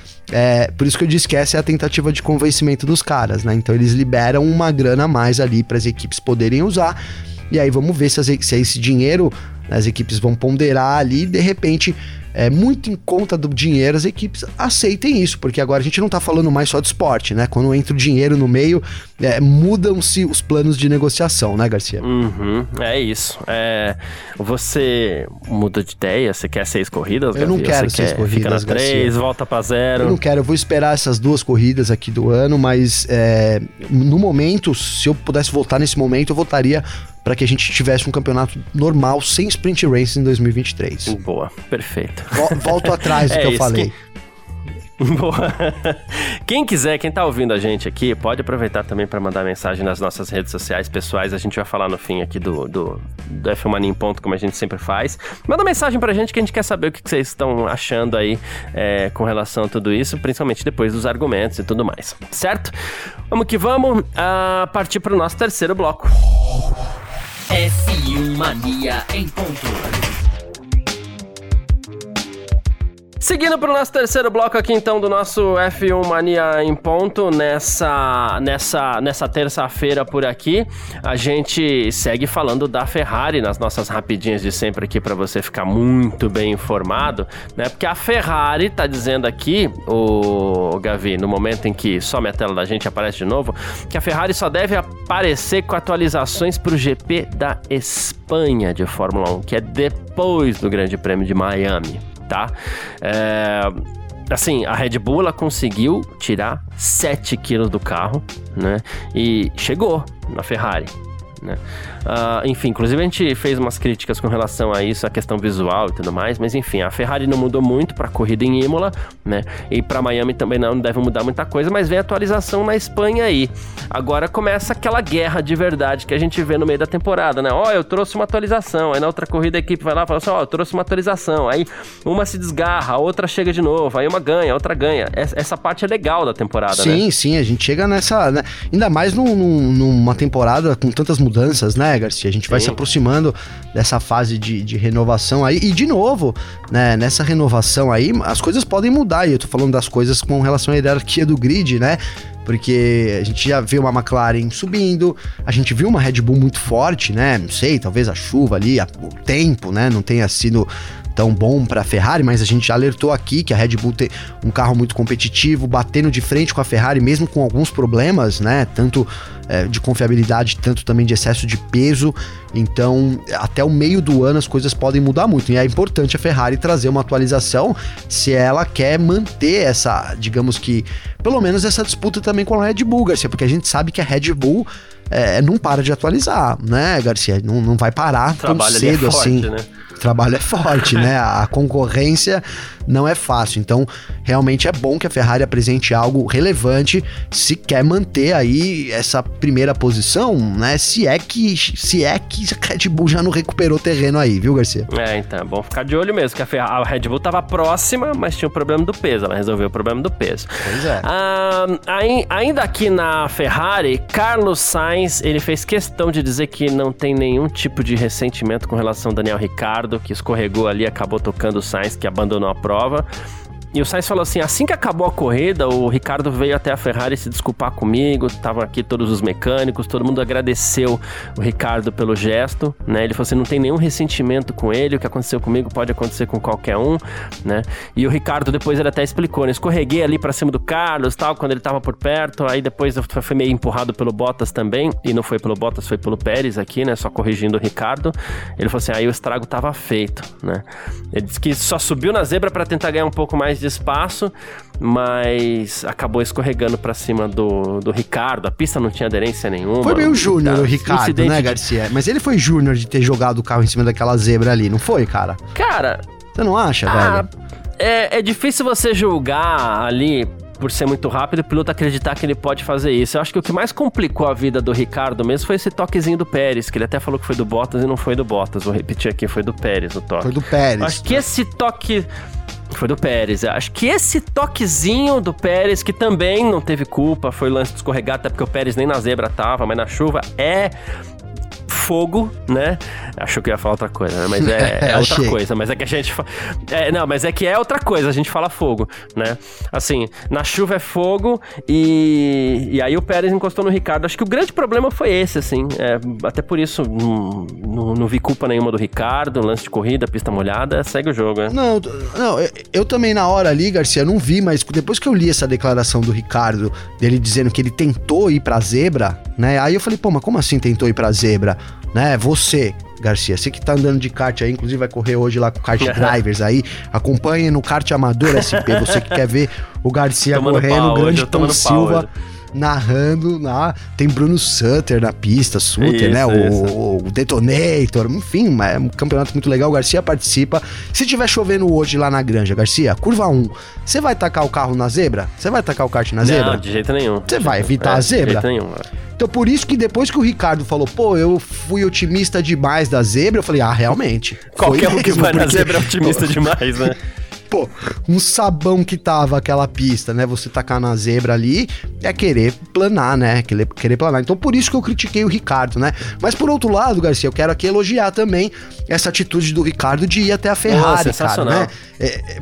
é, por isso que eu disse que essa é a tentativa de convencimento dos caras, né? Então eles liberam uma grana a mais ali para as equipes poderem usar, e aí vamos ver se, as, se esse dinheiro, as equipes vão ponderar ali e de repente, é, muito em conta do dinheiro, as equipes aceitem isso, porque agora a gente não tá falando mais só de esporte, né? Quando entra o dinheiro no meio, é, mudam-se os planos de negociação, né, Garcia? Uhum, é isso. É, você muda de ideia? Você quer seis corridas, Eu não quero você seis quer, corridas, fica nas Garcia. três, volta pra zero. Eu não quero, eu vou esperar essas duas corridas aqui do ano, mas é, no momento, se eu pudesse votar nesse momento, eu votaria para que a gente tivesse um campeonato normal, sem sprint race em dois mil e vinte e três. Boa, perfeito. Volto atrás do é que eu isso, falei. Que... Boa. Quem quiser, quem tá ouvindo a gente aqui, pode aproveitar também para mandar mensagem nas nossas redes sociais pessoais. A gente vai falar no fim aqui do, do, do F um Mania em Ponto, como a gente sempre faz. Manda mensagem pra gente que a gente quer saber o que vocês estão achando aí é, com relação a tudo isso, principalmente depois dos argumentos e tudo mais, certo? Vamos que vamos, uh, partir pro nosso terceiro bloco. F um Mania em Ponto. Seguindo para o nosso terceiro bloco aqui, então, do nosso F um Mania em ponto, nessa, nessa, nessa terça-feira por aqui, a gente segue falando da Ferrari nas nossas rapidinhas de sempre aqui para você ficar muito bem informado, né? Porque a Ferrari tá dizendo aqui, o Gavi, no momento em que some a tela da gente aparece de novo, que a Ferrari só deve aparecer com atualizações para o G P da Espanha de Fórmula um, que é depois do Grande Prêmio de Miami. Tá? É, assim, a Red Bull ela conseguiu tirar sete quilos do carro, né? E chegou na Ferrari, né? Uh, enfim, inclusive a gente fez umas críticas com relação a isso, a questão visual e tudo mais, mas enfim, a Ferrari não mudou muito para a corrida em Imola, né? E para Miami também não deve mudar muita coisa, mas vem a atualização na Espanha aí. Agora começa aquela guerra de verdade que a gente vê no meio da temporada, né? Ó, oh, eu trouxe uma atualização, aí na outra corrida a equipe vai lá e fala assim, ó, oh, eu trouxe uma atualização, aí uma se desgarra, a outra chega de novo, aí uma ganha, a outra ganha. Essa parte é legal da temporada, sim, né? Sim, sim, a gente chega nessa, né? Ainda mais num, num, numa temporada com tantas mudanças, né, Garcia? A gente vai Sim. se aproximando dessa fase de, de renovação aí. E, de novo, né, nessa renovação aí, as coisas podem mudar. E eu tô falando das coisas com relação à hierarquia do grid, né? Porque a gente já viu uma McLaren subindo, a gente viu uma Red Bull muito forte, né? Não sei, talvez a chuva ali, a, o tempo, né? Não tenha sido tão bom para a Ferrari, mas a gente já alertou aqui que a Red Bull tem um carro muito competitivo, batendo de frente com a Ferrari, mesmo com alguns problemas, né? Tanto é, de confiabilidade, tanto também de excesso de peso. Então, até o meio do ano as coisas podem mudar muito. E é importante a Ferrari trazer uma atualização se ela quer manter essa, digamos que, pelo menos essa disputa também com a Red Bull, Garcia, porque a gente sabe que a Red Bull é, não para de atualizar, né, Garcia? Não, não vai parar tão cedo é forte, assim. Né? O trabalho é forte, né? A concorrência não é fácil. Então, realmente é bom que a Ferrari apresente algo relevante se quer manter aí essa primeira posição, né? Se é que, se é que a Red Bull já não recuperou terreno aí, viu, Garcia? É, então, é bom ficar de olho mesmo, que a, Ferrari, a Red Bull tava próxima, mas tinha o problema do peso. Ela resolveu o problema do peso. Pois é. Ah, aí, ainda aqui na Ferrari, Carlos Sainz, ele fez questão de dizer que não tem nenhum tipo de ressentimento com relação ao Daniel Ricciardo, que escorregou ali, acabou tocando o Sainz, que abandonou a prova. E o Sainz falou assim, assim que acabou a corrida, o Ricciardo veio até a Ferrari se desculpar comigo, estavam aqui todos os mecânicos, todo mundo agradeceu o Ricciardo pelo gesto, né? Ele falou assim, não tem nenhum ressentimento com ele, o que aconteceu comigo pode acontecer com qualquer um, né? E o Ricciardo depois ele até explicou, né? Escorreguei ali pra cima do Carlos, tal, quando ele tava por perto, aí depois eu fui meio empurrado pelo Bottas também, e não foi pelo Bottas, foi pelo Pérez aqui, né? Só corrigindo o Ricciardo. Ele falou assim, aí o estrago tava feito, né? Ele disse que só subiu na zebra pra tentar ganhar um pouco mais de espaço, mas acabou escorregando pra cima do, do Ricciardo. A pista não tinha aderência nenhuma. Foi meio júnior o Ricciardo, né, Garcia? Mas ele foi júnior de ter jogado o carro em cima daquela zebra ali, não foi, cara? Cara... Você não acha, ah, velho? É, é difícil você julgar ali... por ser muito rápido, o piloto acreditar que ele pode fazer isso. Eu acho que o que mais complicou a vida do Ricciardo mesmo foi esse toquezinho do Pérez, que ele até falou que foi do Bottas e não foi do Bottas. Vou repetir aqui, foi do Pérez o toque. Foi do Pérez. Acho que esse toque... Foi do Pérez. Acho que esse toquezinho do Pérez, que também não teve culpa, foi lance de escorregar, até porque o Pérez nem na zebra tava, mas na chuva, é... fogo, né? Achou que eu ia falar outra coisa, né? Mas é, é outra coisa. Mas é que a gente fala... É, não, mas é que é outra coisa. A gente fala fogo, né? Assim, na chuva é fogo e... E aí o Pérez encostou no Ricciardo. Acho que o grande problema foi esse, assim. É, até por isso, não, não, não vi culpa nenhuma do Ricciardo. Lance de corrida, pista molhada, segue o jogo, né? Não, não eu, eu também na hora ali, Garcia, não vi, mas depois que eu li essa declaração do Ricciardo, dele dizendo que ele tentou ir pra zebra, né? Aí eu falei, pô, mas como assim tentou ir pra zebra? Né, você, Garcia, você que tá andando de kart aí, inclusive vai correr hoje lá com kart drivers aí, acompanhe no kart amador S P, você que quer ver o Garcia tomando correndo, o grande Tom Silva narrando lá, tem Bruno Sutter na pista, Sutter, isso, né, o, o Detonator, enfim, é um campeonato muito legal, o Garcia participa. Se tiver chovendo hoje lá na Granja, Garcia, curva um, você vai tacar o carro na zebra? Você vai tacar o kart na zebra? Não, de jeito nenhum. Você vai evitar é, a zebra? De jeito nenhum, é. Então, por isso que depois que o Ricciardo falou, pô, eu fui otimista demais da zebra, eu falei, ah, realmente. Qualquer um que vai na zebra é otimista demais, né? Pô, um sabão que tava aquela pista, né? Você tacar na zebra ali é querer planar, né? Querer, querer planar. Então, por isso que eu critiquei o Ricciardo, né? Mas, por outro lado, Garcia, eu quero aqui elogiar também essa atitude do Ricciardo de ir até a Ferrari, oh, cara, né? É, é,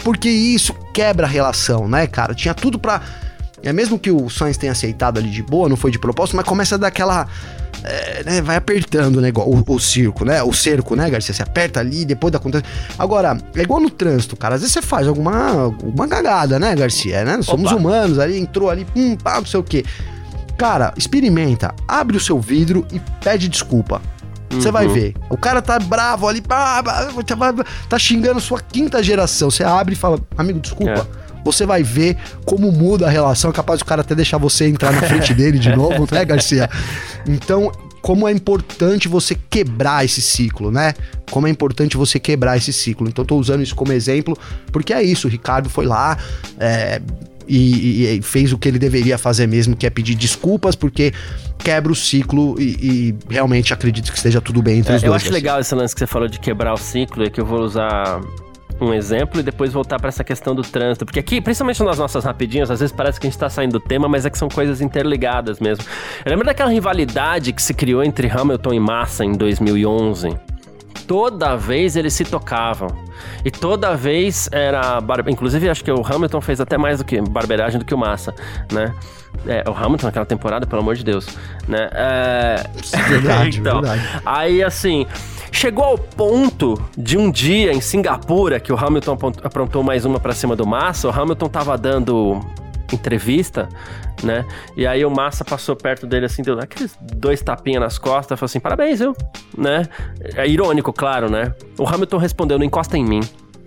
porque isso quebra a relação, né, cara? Tinha tudo pra... É mesmo que o Sainz tenha aceitado ali de boa, não foi de propósito, mas começa a dar aquela... É, né, vai apertando o, negócio, o, o circo, né? O cerco, né, Garcia? Você aperta ali, depois da conta. Agora, é igual no trânsito, cara. Às vezes você faz alguma, alguma cagada, né, Garcia? Né? Nós somos humanos ali, entrou ali, pum, pá, não sei o quê. Cara, experimenta, abre o seu vidro e pede desculpa. Você uhum. vai ver. O cara tá bravo ali, pá, pá, tá xingando sua quinta geração. Você abre e fala, amigo, desculpa. É. Você vai ver como muda a relação. É capaz do cara até deixar você entrar na frente dele de novo, né, Garcia? Então, como é importante você quebrar esse ciclo, né? Como é importante você quebrar esse ciclo. Então, tô usando isso como exemplo, porque é isso. O Ricardo foi lá é, e, e, e fez o que ele deveria fazer mesmo, que é pedir desculpas, porque quebra o ciclo e, e realmente acredito que esteja tudo bem entre é, os dois. Eu acho Garcia. Legal esse lance que você falou de quebrar o ciclo, é que eu vou usar... um exemplo e depois voltar para essa questão do trânsito, porque aqui, principalmente nas nossas rapidinhas, às vezes parece que a gente tá saindo do tema, mas é que são coisas interligadas mesmo. Eu lembro daquela rivalidade que se criou entre Hamilton e Massa em dois mil e onze. Toda vez eles se tocavam e toda vez era, inclusive acho que o Hamilton fez até mais do que barbeiragem do que o Massa, né? É, o Hamilton naquela temporada, pelo amor de Deus, né? É... Verdade, então, verdade. Aí assim, chegou ao ponto de um dia em Singapura que o Hamilton aprontou mais uma pra cima do Massa. O Hamilton tava dando entrevista, né? E aí o Massa passou perto dele assim, deu aqueles dois tapinhas nas costas, falou assim, parabéns, viu? Né? É irônico, claro, né? O Hamilton respondeu, não encosta em mim.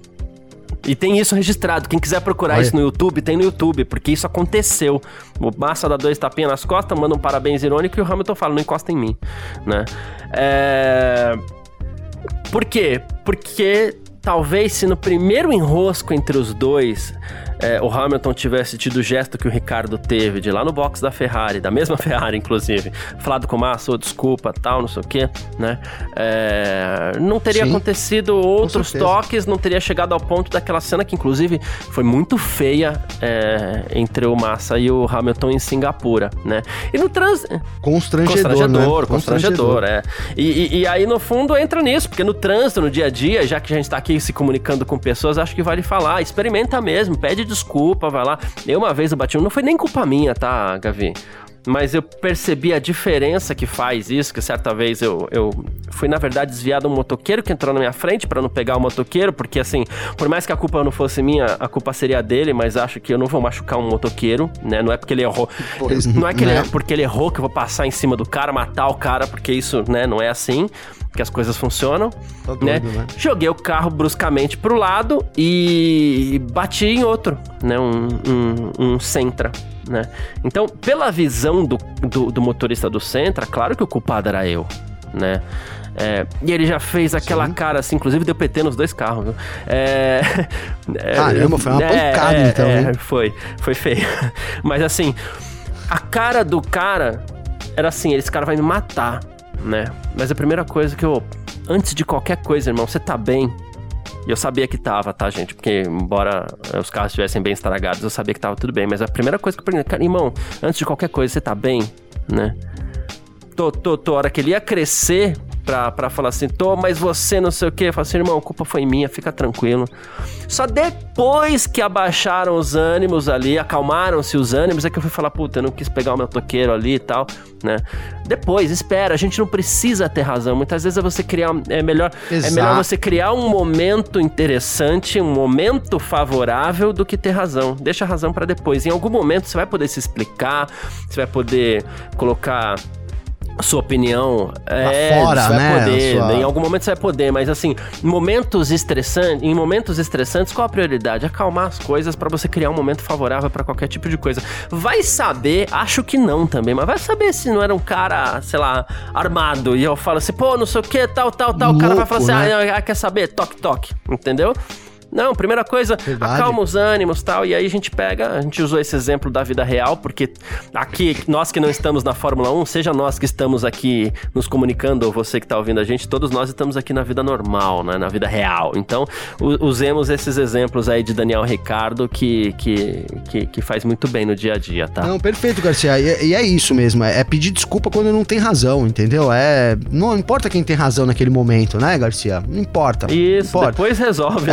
E tem isso registrado, quem quiser procurar Olha. isso no YouTube, tem no YouTube, porque isso aconteceu. O Massa dá dois tapinhas nas costas, manda um parabéns irônico e o Hamilton fala, não encosta em mim, né? É... Por quê? Porque talvez se no primeiro enrosco entre os dois é, o Hamilton tivesse tido o gesto que o Ricardo teve de ir lá no box da Ferrari, da mesma Ferrari inclusive, falado com o Massa, oh, desculpa, tal, não sei o quê, né? É, não teria Sim, acontecido outros toques, não teria chegado ao ponto daquela cena que inclusive foi muito feia é, entre o Massa e o Hamilton em Singapura, né? E no trânsito... Constrangedor, Constrangedor, né? constrangedor, é. E, e, e aí no fundo entra nisso, porque no trânsito, no dia a dia, já que a gente tá aqui se comunicando com pessoas, acho que vale falar, experimenta mesmo, pede desculpa, vai lá. Eu uma vez eu bati, não foi nem culpa minha, tá, Gavi? Mas eu percebi a diferença que faz isso, que certa vez eu, eu fui, na verdade, desviado um motoqueiro que entrou na minha frente pra não pegar o motoqueiro, porque assim, por mais que a culpa não fosse minha, a culpa seria dele, mas acho que eu não vou machucar um motoqueiro, né? Não é porque ele errou, pois, não é que né? ele, porque ele errou que eu vou passar em cima do cara, matar o cara, porque isso, né, não é assim que as coisas funcionam, tá doido, né? né? Joguei o carro bruscamente pro lado e bati em outro, né? Um, um, um Sentra, né? Então, pela visão do, do, do motorista do Sentra, claro que o culpado era eu, né? É, e ele já fez aquela Sim. cara assim, inclusive deu P T nos dois carros, viu? É, Caramba, foi uma é, pancada é, então, é, hein? Foi, foi feio. Mas assim, a cara do cara era assim, esse cara vai me matar, né? Mas a primeira coisa que eu... Antes de qualquer coisa, irmão, você tá bem? E eu sabia que tava, tá, gente? Porque embora os carros estivessem bem estragados, eu sabia que tava tudo bem. Mas a primeira coisa que eu perguntei, cara, irmão, antes de qualquer coisa, você tá bem? Né? Tô, tô, tô. A hora que ele ia crescer pra, pra falar assim, tô, mas você não sei o quê. Eu falei assim, irmão, a culpa foi minha, fica tranquilo. Só depois que abaixaram os ânimos ali, acalmaram-se os ânimos, é que eu fui falar, puta, eu não quis pegar o meu toqueiro ali e tal, né? Depois, espera, a gente não precisa ter razão. Muitas vezes é você criar, é melhor, é melhor você criar um momento interessante, um momento favorável do que ter razão. Deixa a razão pra depois. Em algum momento você vai poder se explicar, você vai poder colocar sua opinião é, fora, você vai né? poder, sua... em algum momento você vai poder, mas assim, momentos estressantes, em momentos estressantes, qual a prioridade? Acalmar as coisas pra você criar um momento favorável pra qualquer tipo de coisa. Vai saber, acho que não também, mas vai saber se não era um cara, sei lá, armado, e eu falo assim, pô, não sei o que, tal, tal, tal, Louco, o cara vai falar assim, né? ah, quer saber? Toque, toque, entendeu? Não, primeira coisa, Verdade. acalma os ânimos e tal, e aí a gente pega, a gente usou esse exemplo da vida real, porque aqui, nós que não estamos na Fórmula um, seja nós que estamos aqui nos comunicando, ou você que está ouvindo a gente, todos nós estamos aqui na vida normal, né, na vida real. Então, usemos esses exemplos aí de Daniel Ricciardo, que, que, que, que faz muito bem no dia a dia, tá? Não, perfeito, Garcia, e, e é isso mesmo, é, é pedir desculpa quando não tem razão, entendeu? É, não importa quem tem razão naquele momento, né, Garcia? Não importa. Isso, não importa. Depois resolve, né? É,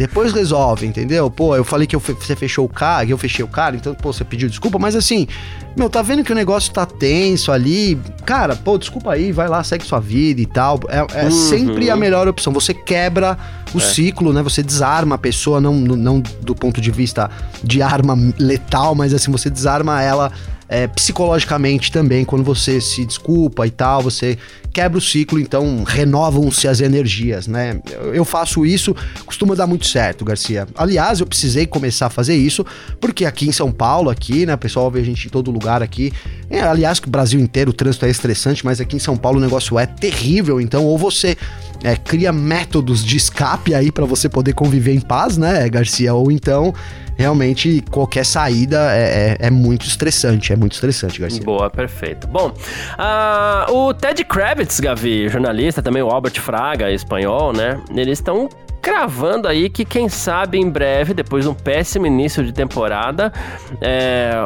depois resolve, entendeu? Pô, eu falei que eu fe- você fechou o cara, que eu fechei o cara, então, pô, você pediu desculpa, mas assim, meu, tá vendo que o negócio tá tenso ali, cara, pô, desculpa aí, vai lá, segue sua vida e tal, é, é uhum. sempre a melhor opção, você quebra o é. ciclo, né, você desarma a pessoa, não, não do ponto de vista de arma letal, mas assim, você desarma ela É, psicologicamente também, quando você se desculpa e tal, você quebra o ciclo, então renovam-se as energias, né? Eu, eu faço isso, costuma dar muito certo, Garcia. Aliás, eu precisei começar a fazer isso, porque aqui em São Paulo, aqui, né, o pessoal vê a gente em todo lugar aqui, é, aliás, que o Brasil inteiro, o trânsito é estressante, mas aqui em São Paulo o negócio é terrível, então ou você é, cria métodos de escape aí pra você poder conviver em paz, né, Garcia, ou então realmente qualquer saída é, é, é muito estressante, é muito estressante, Garcia. Boa, perfeito. Bom, uh, o Ted Kravitz, Gavi, jornalista, também o Albert Fraga, espanhol, né? Eles estão cravando aí que quem sabe em breve, depois de um péssimo início de temporada, é,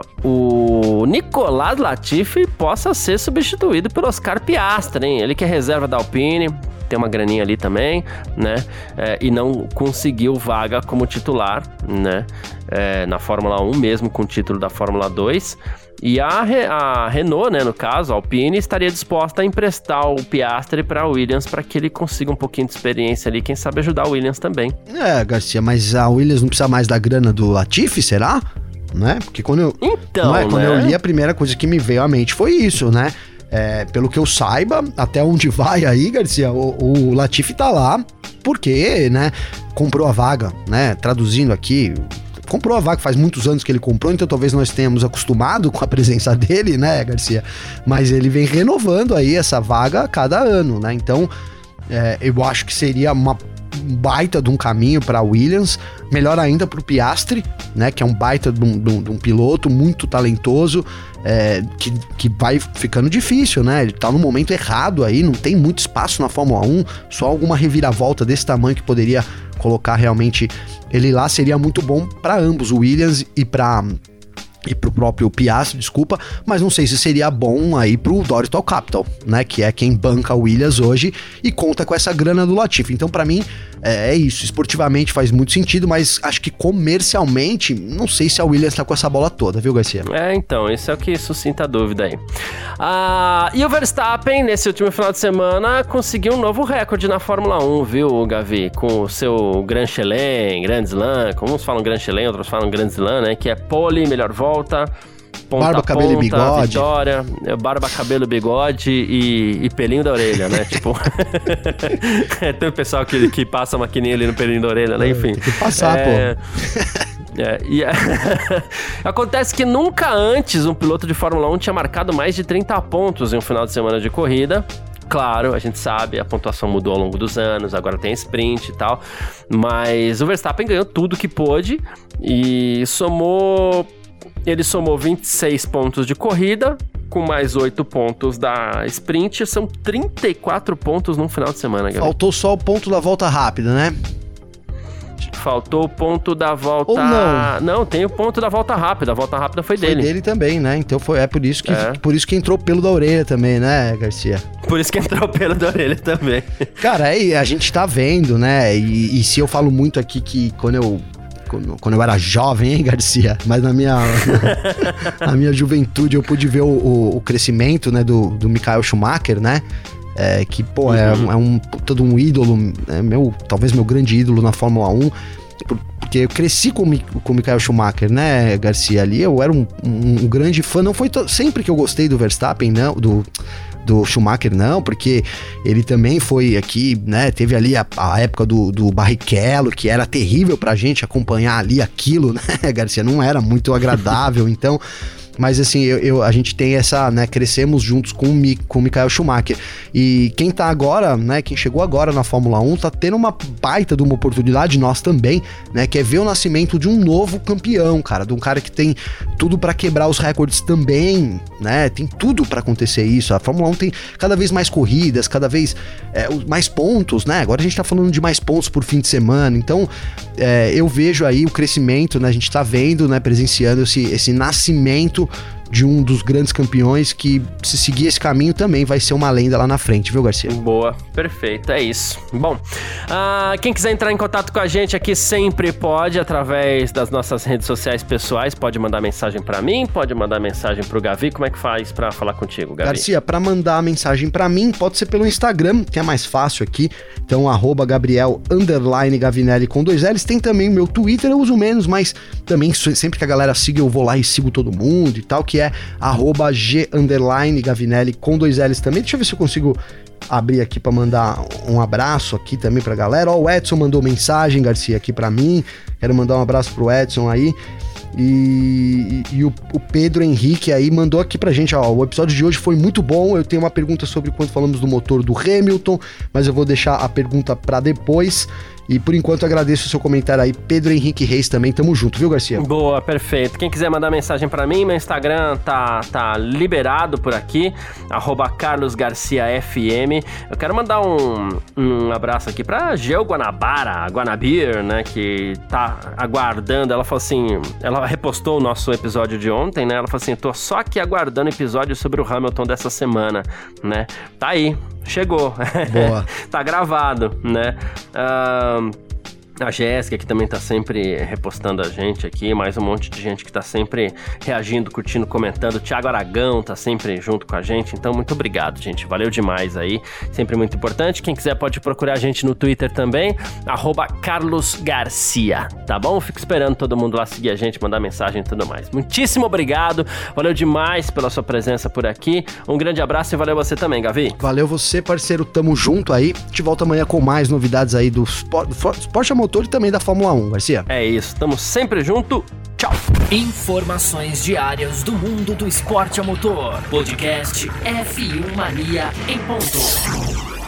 o Nicolas Latifi possa ser substituído pelo Oscar Piastri, hein? Ele que é reserva da Alpine, tem uma graninha ali também, né? É, e não conseguiu vaga como titular, né? É, na Fórmula um, mesmo com o título da Fórmula dois. E a, Re- a Renault, né, no caso, a Alpine, estaria disposta a emprestar o Piastri para a Williams para que ele consiga um pouquinho de experiência ali, quem sabe ajudar o Williams também. É, Garcia, mas a Williams não precisa mais da grana do Latifi, será? Né? Porque quando eu, então, não é, quando né? eu li, a primeira coisa que me veio à mente foi isso, né? É, pelo que eu saiba, até onde vai aí, Garcia, o, o Latifi tá lá porque, né, comprou a vaga, né? Traduzindo aqui, comprou a vaga, faz muitos anos que ele comprou, então talvez nós tenhamos acostumado com a presença dele, né, Garcia? Mas ele vem renovando aí essa vaga a cada ano, né? Então, é, eu acho que seria uma baita de um caminho para Williams, melhor ainda para o Piastri, né, que é um baita de um, de um, de um piloto muito talentoso, é, que, que vai ficando difícil, né, ele tá no momento errado aí, não tem muito espaço na Fórmula um, só alguma reviravolta desse tamanho que poderia colocar realmente ele lá, seria muito bom para ambos, o Williams e para e pro próprio Piastri, desculpa, mas não sei se seria bom aí pro Dorital Capital, né, que é quem banca o Williams hoje e conta com essa grana do Latifi. Então, pra mim, é, é isso, esportivamente faz muito sentido, mas acho que comercialmente, não sei se a Williams tá com essa bola toda, viu, Garcia? É, então, isso é o que suscita a dúvida aí. Ah, e o Verstappen, nesse último final de semana, conseguiu um novo recorde na Fórmula um, viu, Gavi? Com o seu Grand Chelem, Grand Slam, como uns falam Grand Chelem, outros falam Grand Slam, né, que é pole, melhor volta, ponta barba, a cabelo ponta, e bigode. Vitória, barba, cabelo, bigode e, e pelinho da orelha, né? Tipo, tem o pessoal que, que passa a maquininha ali no pelinho da orelha, né? Enfim. Tem que passar, é... pô. É, e é... Acontece que nunca antes um piloto de Fórmula um tinha marcado mais de trinta pontos em um final de semana de corrida. Claro, a gente sabe, a pontuação mudou ao longo dos anos, agora tem sprint e tal, mas o Verstappen ganhou tudo que pôde e somou... Ele somou vinte e seis pontos de corrida, com mais oito pontos da sprint, são trinta e quatro pontos num final de semana, Gabriel. Faltou só o ponto da volta rápida, né? Faltou o ponto da volta... Ou não? Não, tem o ponto da volta rápida, a volta rápida foi, foi dele. Foi dele também, né? Então foi, é por isso que, é. por isso que entrou pelo da orelha também, né, Garcia? Por isso que entrou pelo da orelha também. Cara, é, a gente tá vendo, né? E, e se eu falo muito aqui que quando eu... Quando eu era jovem, hein, Garcia? Mas na minha, na, na minha juventude eu pude ver o, o, o crescimento, né, do, do Michael Schumacher, né? É, que, pô, uhum. é, é um puta de um ídolo, é meu, talvez meu grande ídolo na Fórmula um, porque eu cresci com, com o Michael Schumacher, né, Garcia? Ali eu era um, um, um grande fã, não foi to- sempre que eu gostei do Verstappen, não, do... do Schumacher não, porque ele também foi aqui, né, teve ali a, a época do, do Barrichello, que era terrível pra gente acompanhar ali aquilo, né, Garcia, não era muito agradável, então, mas assim, eu, eu, a gente tem essa, né, crescemos juntos com o, Mi, com o Michael Schumacher, e quem tá agora, né, quem chegou agora na Fórmula um, tá tendo uma baita de uma oportunidade, nós também, né, que é ver o nascimento de um novo campeão, cara, de um cara que tem tudo pra quebrar os recordes também, né, tem tudo pra acontecer isso, a Fórmula um tem cada vez mais corridas, cada vez é, mais pontos, né, agora a gente tá falando de mais pontos por fim de semana, então é, eu vejo aí o crescimento, né, a gente tá vendo, né, presenciando esse, esse nascimento de um dos grandes campeões que, se seguir esse caminho, também vai ser uma lenda lá na frente, viu, Garcia? Boa, perfeito, é isso. Bom, uh, quem quiser entrar em contato com a gente aqui sempre pode, através das nossas redes sociais pessoais, pode mandar mensagem pra mim, pode mandar mensagem pro Gavi. Como é que faz pra falar contigo, Gavi? Garcia, pra mandar a mensagem pra mim, pode ser pelo Instagram, que é mais fácil aqui, então arroba Gabriel underline Gavinelli com dois L's. Tem também o meu Twitter, eu uso menos, mas também sempre que a galera siga, eu vou lá e sigo todo mundo e tal, que é arroba G underline Gavinelli com dois L's também. Deixa eu ver se eu consigo abrir aqui pra mandar um abraço aqui também pra galera. Ó, o Edson mandou mensagem, Garcia, aqui pra mim. Quero mandar um abraço pro Edson aí. E, e, e o, o Pedro Henrique aí mandou aqui pra gente, ó, o episódio de hoje foi muito bom. Eu tenho uma pergunta sobre quando falamos do motor do Hamilton, mas eu vou deixar a pergunta pra depois. E por enquanto agradeço o seu comentário aí, Pedro Henrique Reis também, tamo junto, viu, Garcia? Boa, perfeito. Quem quiser mandar mensagem pra mim, meu Instagram tá, tá liberado por aqui, arroba Carlos Garcia F M. Eu quero mandar um, um abraço aqui pra Geo Guanabara, a Guanabir, né, que tá aguardando. Ela falou assim, ela repostou o nosso episódio de ontem, né, ela falou assim, tô só aqui aguardando o episódio sobre o Hamilton dessa semana, né, tá aí. Chegou. Boa. Tá gravado, né? Uh, a Jéssica, que também tá sempre repostando a gente aqui, mais um monte de gente que tá sempre reagindo, curtindo, comentando. O Thiago Aragão tá sempre junto com a gente, então muito obrigado, gente, valeu demais aí, sempre muito importante. Quem quiser pode procurar a gente no Twitter também, arroba Carlos Garcia, tá bom? Fico esperando todo mundo lá seguir a gente, mandar mensagem e tudo mais. Muitíssimo obrigado, valeu demais pela sua presença por aqui, um grande abraço e valeu você também, Gavi. Valeu você, parceiro, tamo junto aí, te volta amanhã com mais novidades aí do esporte a motor e também da Fórmula um, Garcia. É isso, tamo sempre junto. Tchau. Informações diárias do mundo do esporte a motor. Podcast F um Mania em ponto.